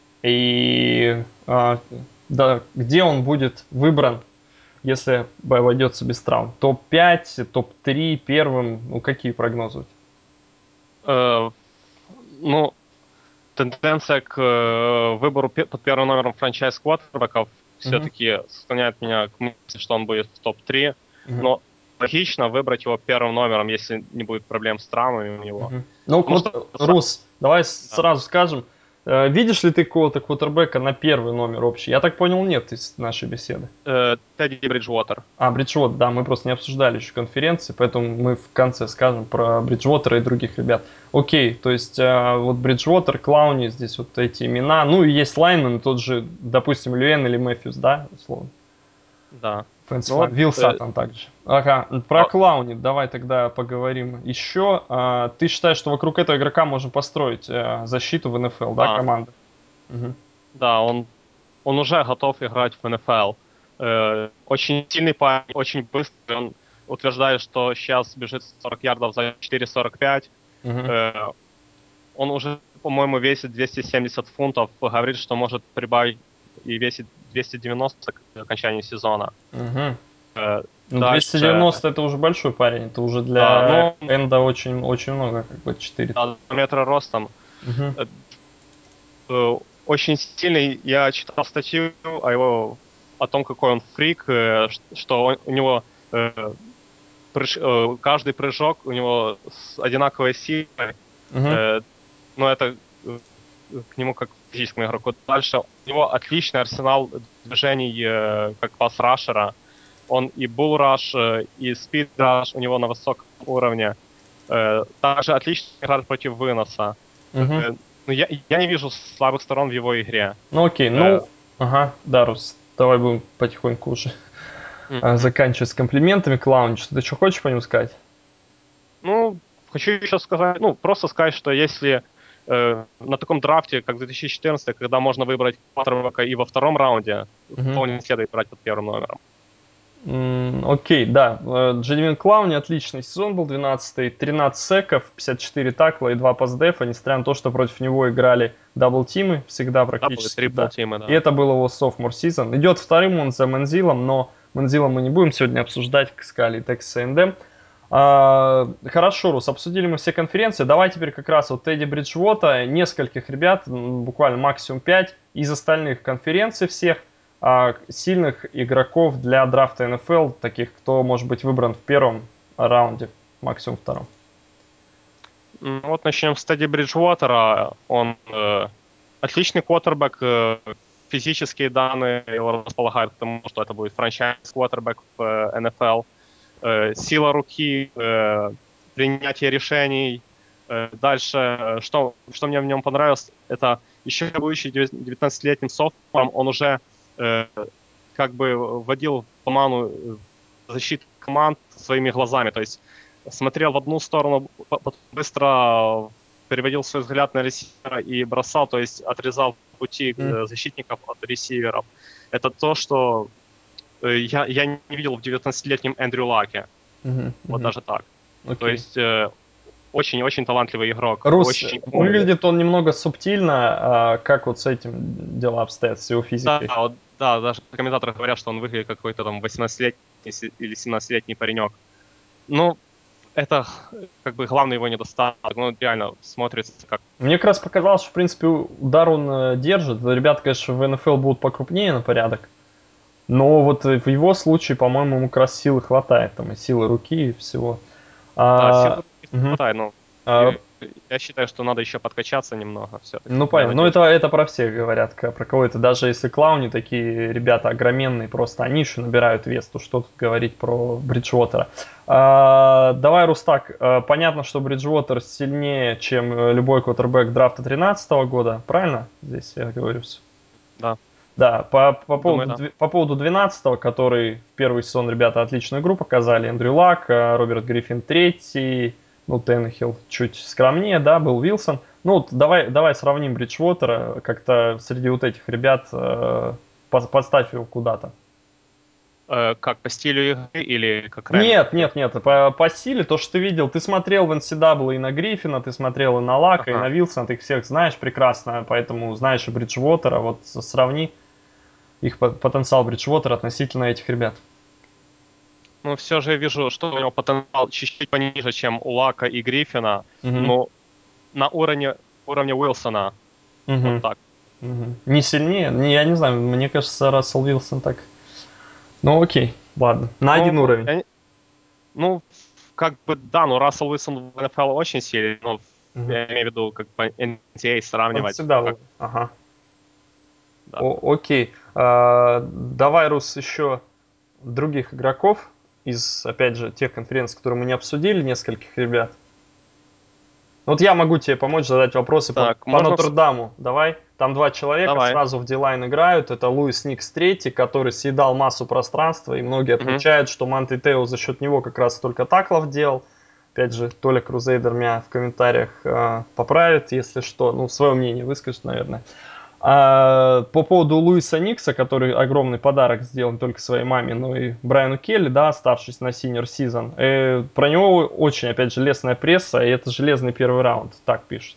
И а, да, где он будет выбран, если обойдется без травм? топ пять, топ три первым? Ну, какие прогнозы у тебя? Uh, ну, тенденция к э, выбору пе- под первым номером франчайз-квотербеков uh-huh. все-таки склоняет меня к мысли, что он будет в топ три. Uh-huh. Но логично выбрать его первым номером, если не будет проблем с травмами у него. Uh-huh. Ну, вот, что... Рус, давай да. сразу скажем, э, видишь ли ты какого-то квотербека на первый номер общий? Я так понял, нет из нашей беседы. Э, Тедди Бриджуотер. А, Бриджуотер, да, мы просто не обсуждали еще конференции, поэтому мы в конце скажем про Бриджуотера и других ребят. Окей, то есть э, вот Бриджуотер, Клауни, здесь вот эти имена, ну и есть лайнмен, тот же, допустим, Люэн или Мэфьюс, да, условно? Да. Ну вот, Вилса там также. Ага, про а... Клауни давай тогда поговорим еще. А, ты считаешь, что вокруг этого игрока можно построить а, защиту в эн эф эл, да, да команду? Угу. Да, он, он уже готов играть в эн эф эл. Э, очень сильный парень, очень быстрый. Он утверждает, что сейчас бежит сорок ярдов за четыре сорок пять. Угу. Э, он уже, по-моему, весит двести семьдесят фунтов. Говорит, что может прибавить и весит двести девяносто к окончанию сезона. Угу. Э, ну, двести девяносто это уже большой парень. Это уже для да, ну, энда очень, очень много, как бы четыре. Да, метра ростом. Угу. Э, очень сильный. Я читал статью о его, о том, какой он фрик, что он, у него э, прыж, э, каждый прыжок у него с одинаковой силой. Угу. Э, но это э, к нему как к физическому игроку. Дальше у него отличный арсенал движений э, как пас-рашера. Он и булл-раш, э, и спид-раш у него на высоком уровне. Э, также отлично играет против выноса. Угу. Э, ну, я, я не вижу слабых сторон в его игре. Ну окей, э, ну, ага, Дарус, давай будем потихоньку уже mm-hmm. заканчивать с комплиментами. Клауни, что ты еще хочешь по нему сказать? Ну, хочу еще сказать, ну, просто сказать, что если э, на таком драфте, как две тысячи четырнадцатый, когда можно выбрать квотербека и во втором раунде, mm-hmm. то не следует брать под первым номером. Mm, окей, да. Джадивин Клауни отличный сезон был, двенадцатый, тринадцать секов, пятьдесят четыре такла и два пасдефа, несмотря на то, что против него играли дабл-тимы, всегда практически. Дабл, да. Да. И это был его sophomore season. Идет вторым он за Манзилом, но Манзила мы не будем сегодня обсуждать, как сказали, Texas эй энд эм. А, хорошо, Рус, обсудили мы все конференции. Давай теперь как раз вот Тедди Бриджвота, нескольких ребят, буквально максимум пять, из остальных конференций всех, а, сильных игроков для драфта эн эф эл, таких, кто может быть выбран в первом раунде, максимум втором. Ну, вот начнем с Тедди Бриджвотера. Он э, отличный квотербек, э, физические данные его располагают к тому, что это будет франчайз-квотербек в э, эн эф эл. Э, сила руки, э, принятие решений. Э, дальше, что, что мне в нем понравилось, это еще будучи девятнадцатилетним софтвером, он уже э, как бы вводил в оману защиту команд своими глазами. То есть смотрел в одну сторону, быстро переводил свой взгляд на ресивера и бросал, то есть отрезал пути mm. защитников от ресиверов. Это то, что я, я не видел в девятнадцатилетнем Эндрю Лаке. Mm-hmm. Вот mm-hmm. даже так. Okay. То есть очень-очень талантливый игрок. Рус, очень выглядит он немного субтильно, а как вот с этим дела обстоят, с его физикой? Да, вот, да, даже комментаторы говорят, что он выглядит как какой-то там восемнадцатилетний или семнадцатилетний паренек. Ну, это как бы главный его недостаток. Ну, реально смотрится как... Мне как раз показалось, что, в принципе, удар он держит. Ребята, конечно, в эн эф эл будут покрупнее на порядок. Но вот в его случае, по-моему, ему как раз силы хватает. Там и силы руки, и всего. Да, а, силы руки угу. хватает, но а, я, я считаю, что надо еще подкачаться немного все-таки. Ну, понятно. Но это, это про всех говорят. Про кого-то. Даже если клауни такие ребята огроменные, просто они еще набирают вес, то что тут говорить про Бриджвотера. А, давай, Рустак, а, понятно, что Бриджвотер сильнее, чем любой квотербек драфта тринадцатого года, правильно? Здесь я говорю все. Да. Да, по, по, поводу, Думаю, да. по поводу двенадцатого, который в первый сезон ребята отличную игру показали. Эндрю Лак, Роберт Гриффин третий, ну, Теннехилл чуть скромнее, да, был Вилсон. Ну, вот давай, давай сравним Бриджвотера, как-то среди вот этих ребят э, подставь его куда-то. Э, как, по стилю игры или как ранее? Нет, нет, нет, по, по стиле, то, что ты видел, ты смотрел в эн си эй эй и на Гриффина, ты смотрел и на Лака, ага. и на Вилсона, ты их всех знаешь прекрасно, поэтому знаешь и Бриджвотера, вот сравни их потенциал Бриджвотера относительно этих ребят. Ну, все же я вижу, что у него потенциал чуть-чуть пониже, чем у Лака и Гриффина, угу. но на уровне, уровне Уилсона. Угу. Вот так. Угу. Не сильнее? Не, я не знаю, мне кажется, Рассел Уилсон так. Ну, окей, ладно, на ну, один уровень. Я... Ну, как бы, да, но Рассел Уилсон в эн эф эл очень сильный, но угу. я имею в виду, как по эн си эй эй сравнивать. Всегда как... Ага. Да. О, окей. А, давай, Рус, еще других игроков из, опять же, тех конференций, которые мы не обсудили, нескольких ребят. Вот я могу тебе помочь задать вопросы так, по, по Нотр-Даму. Давай. Там два человека Давай. сразу в D-line играют. Это Луис Никс третий, который съедал массу пространства. И многие отмечают, угу. что Манти Тео за счет него как раз только таклов делал. Опять же, Толя Крузейдер меня в комментариях э, поправит, если что. Ну, свое мнение выскажет, наверное. А по поводу Луиса Никса, который огромный подарок сделал не только своей маме, но и Брайану Келли, да, оставшись на senior season, э, про него очень, опять же, лестная пресса, и это железный первый раунд, так пишут.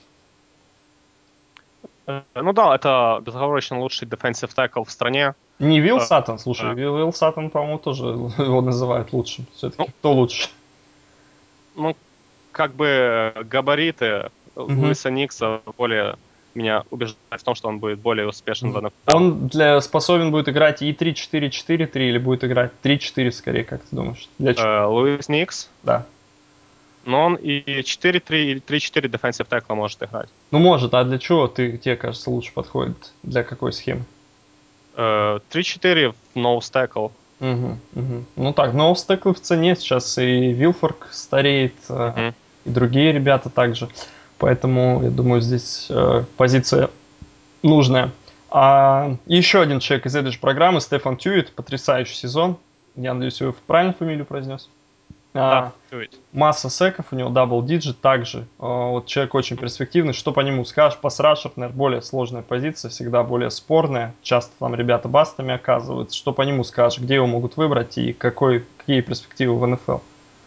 Ну да, это безоговорочно лучший defensive tackle в стране. Не Вилл Саттон, слушай, а... Вилл Саттон, по-моему, тоже его называют лучшим. Все-таки ну, кто лучше? Ну, как бы габариты угу. Луиса Никса более меня убеждает в том, что он будет более успешен в эн эф эл. Он для, способен будет играть и три четыре четыре три или будет играть три четыре скорее, как ты думаешь? Для э, Луис Никс? Да. Но он и четыре три или три четыре defensive tackle может играть. Ну может, а для чего ты, тебе кажется, лучше подходит? Для какой схемы? Э, три четыре в nose tackle. Угу, угу. Ну так, nose tackle в цене сейчас и Вилфорк стареет, угу. и другие ребята также. Поэтому, я думаю, здесь э, позиция нужная. А еще один человек из этой же программы, Стефан Тьюит, потрясающий сезон. Я надеюсь, я правильно фамилию произнес. Да, а, масса секов, у него дабл-диджит также. А, вот человек очень перспективный. Что по нему скажешь? Пас-рашер, наверное, более сложная позиция, всегда более спорная. Часто там ребята бастами оказываются. Что по нему скажешь? Где его могут выбрать и какой, какие перспективы в эн эф эл?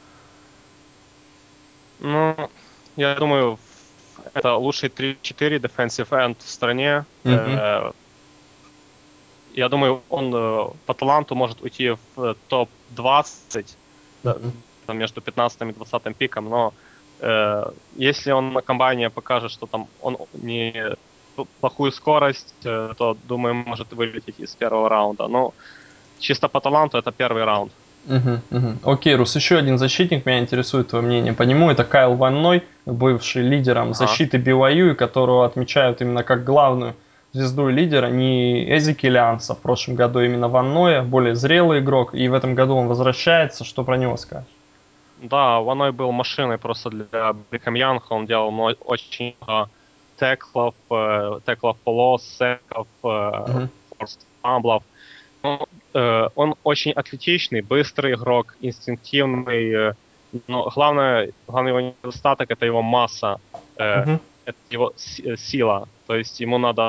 Ну, я думаю, это лучший три четыре defensive end в стране. Mm-hmm. Я думаю, он по таланту может уйти в топ двадцать, mm-hmm. да, между пятнадцатым и двадцатым пиком, но э, если он на комбайне покажет, что там он не плохую скорость, э, то, думаю, может вылететь из первого раунда. Но чисто по таланту это первый раунд. Угу, угу. Окей, Рус, еще один защитник, меня интересует твое мнение по нему. Это Кайл Ван Ной, бывший лидером ага. защиты би вай ю, которого отмечают именно как главную звезду и лидера. Не Эзекиэль Анса в прошлом году, именно Ван Ноя, более зрелый игрок. И в этом году он возвращается. Что про него скажешь? Да, Ван Ной был машиной просто для Брикхэм Янга. Он делал очень много теклов, теклов полос, секов, угу. форс фамблов. Он очень атлетичный, быстрый игрок, инстинктивный, но главное, главный его недостаток – это его масса, uh-huh. это его сила. То есть ему надо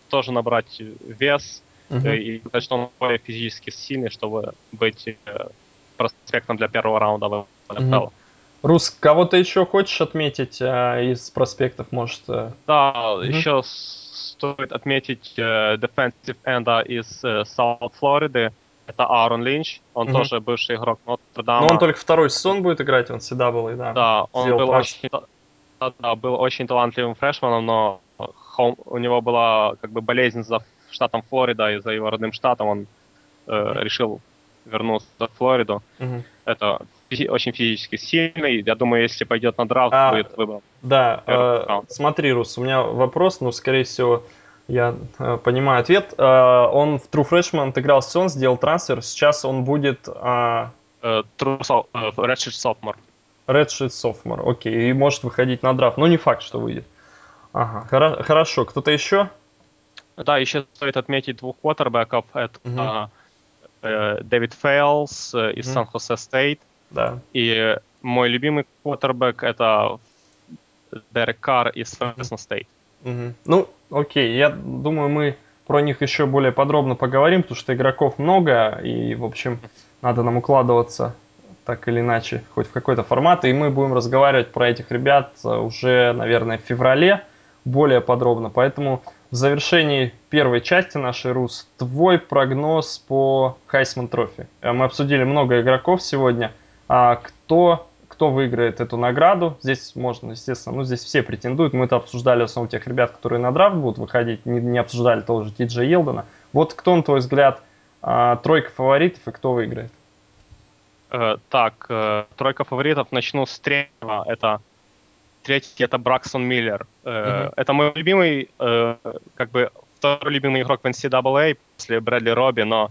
тоже набрать вес Мгм. э, и сказать, что он более физически сильный, чтобы быть э, проспектом для первого раунда в эн эф эл. Мгм. Рус, кого-то еще хочешь отметить а, из проспектов, может? э? Да, Мгм. еще с- стоит отметить э, defensive энда из э, Саут Флориды. Это Аарон Линч. Он Мгм. тоже бывший игрок Но он Нотр-Дама. только второй сезон будет играть в эн си эй эй, да. Да, он Сделал был трансфер. очень, та- да, да, был очень талантливым фрешманом, но хом- у него была как бы болезнь за штатом Флорида, и за его родным штатом он э, решил вернуться в Флориду. Мгм. Это физи- очень физически сильный. Я думаю, если пойдет на драфт, А, будет выбран да, в первый э, раунд. смотри, Рус, у меня вопрос, но, скорее всего, я э, понимаю ответ. Э, он в True Freshman отыграл сезон, сделал трансфер. Сейчас он будет а, Э, True so- э, Redshirt Sophomore. Redshirt Sophomore, окей, и может выходить на драфт. Но не факт, что выйдет. Ага, хоро- хорошо. Кто-то еще? Да, еще стоит отметить двух квотербеков. Мгм. Это э, Дэвид Фейлс э, из Мгм. Сан-Хосе Стейт. Да. И мой любимый квотербек это Дерек Карр из Мгм. Фресно Стейт. Мгм. Ну, окей, я думаю, мы про них еще более подробно поговорим, потому что игроков много, и, в общем, надо нам укладываться так или иначе, хоть в какой-то формат, и мы будем разговаривать про этих ребят э, уже, наверное, в феврале более подробно. Поэтому в завершении первой части нашей, Рус, твой прогноз по Хайсман Трофи. Э, Мы обсудили много игроков сегодня. А кто кто выиграет эту награду? Здесь можно, естественно, ну здесь все претендуют. Мы это обсуждали в основном тех ребят, которые на драфт будут выходить, не, не обсуждали того же Ти Джей Елдона. Вот кто, на твой взгляд, а, тройка фаворитов и кто выиграет? Э, так, э, тройка фаворитов. Начну с третьего. Это третий это Браксон Миллер. Э, Мгм. это мой любимый, э, как бы второй любимый игрок в эн си эй эй после Брэдли Робби, но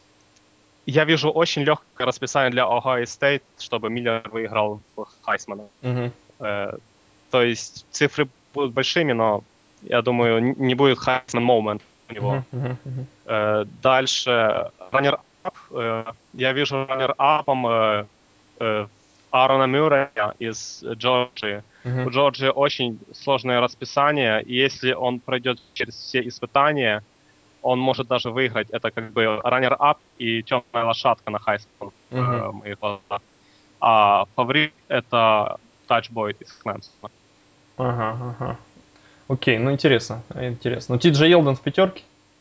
я вижу очень легкое расписание для Ohio State, чтобы Миллер выиграл в Хайсмана. Мгм. Э, то есть цифры будут большими, но я думаю, н- не будет Хайсман момент у него. Мгм. Мгм. Мгм. Э, дальше раннер-ап. Э, я вижу раннер-апом э, э, Аарона Мюррея из Джорджии. У Мгм. Джорджии очень сложное расписание, и если он пройдет через все испытания, он может даже выиграть. Это как бы раннер-ап и темная лошадка на Хайсман в Мгм. э, моих глазах. А фаворит — это Тач Бойд из Клемсона. Ага, ага. Окей, ну интересно, интересно. Ну Ти Джей Елдон в пятерке?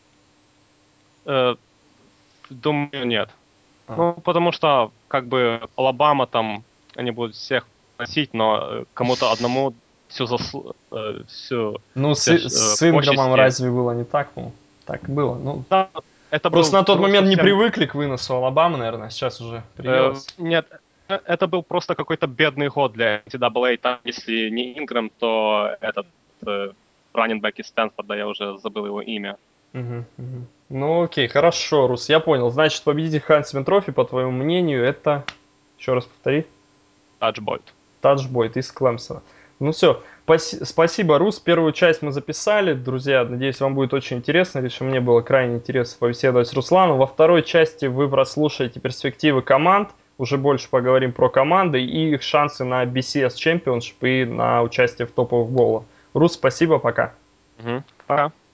Э, думаю, нет. А. Ну, потому что, как бы, Алабама там, они будут всех носить, но э, кому-то одному всю, заслу... э, всю Ну с, все э, с Инграмом почести. разве было не так? Ну, так было. Ну, Да, это просто был на тот про- момент не совсем... привыкли к выносу Алабамы, наверное, сейчас уже э, приелось. нет, э, это был просто какой-то бедный год для эн си эй эй. Там, если не Инграм, то этот э, раннинбэк из Стэнфорда, я уже забыл его имя. Мгм, мгм. Ну окей, хорошо, Рус, я понял. Значит, победитель Хансмен Трофи, по твоему мнению, это... Еще раз повтори. Тач Бойд. Таджбойт из Клемсона. Ну все, спасибо, Рус. Первую часть мы записали. Друзья, надеюсь, вам будет очень интересно. Лично мне было крайне интересно побеседовать с Русланом. Во второй части вы прослушаете перспективы команд. Уже больше поговорим про команды и их шансы на би си эс Championship и на участие в топовых боулах. Рус, спасибо, пока. Мгм. Пока.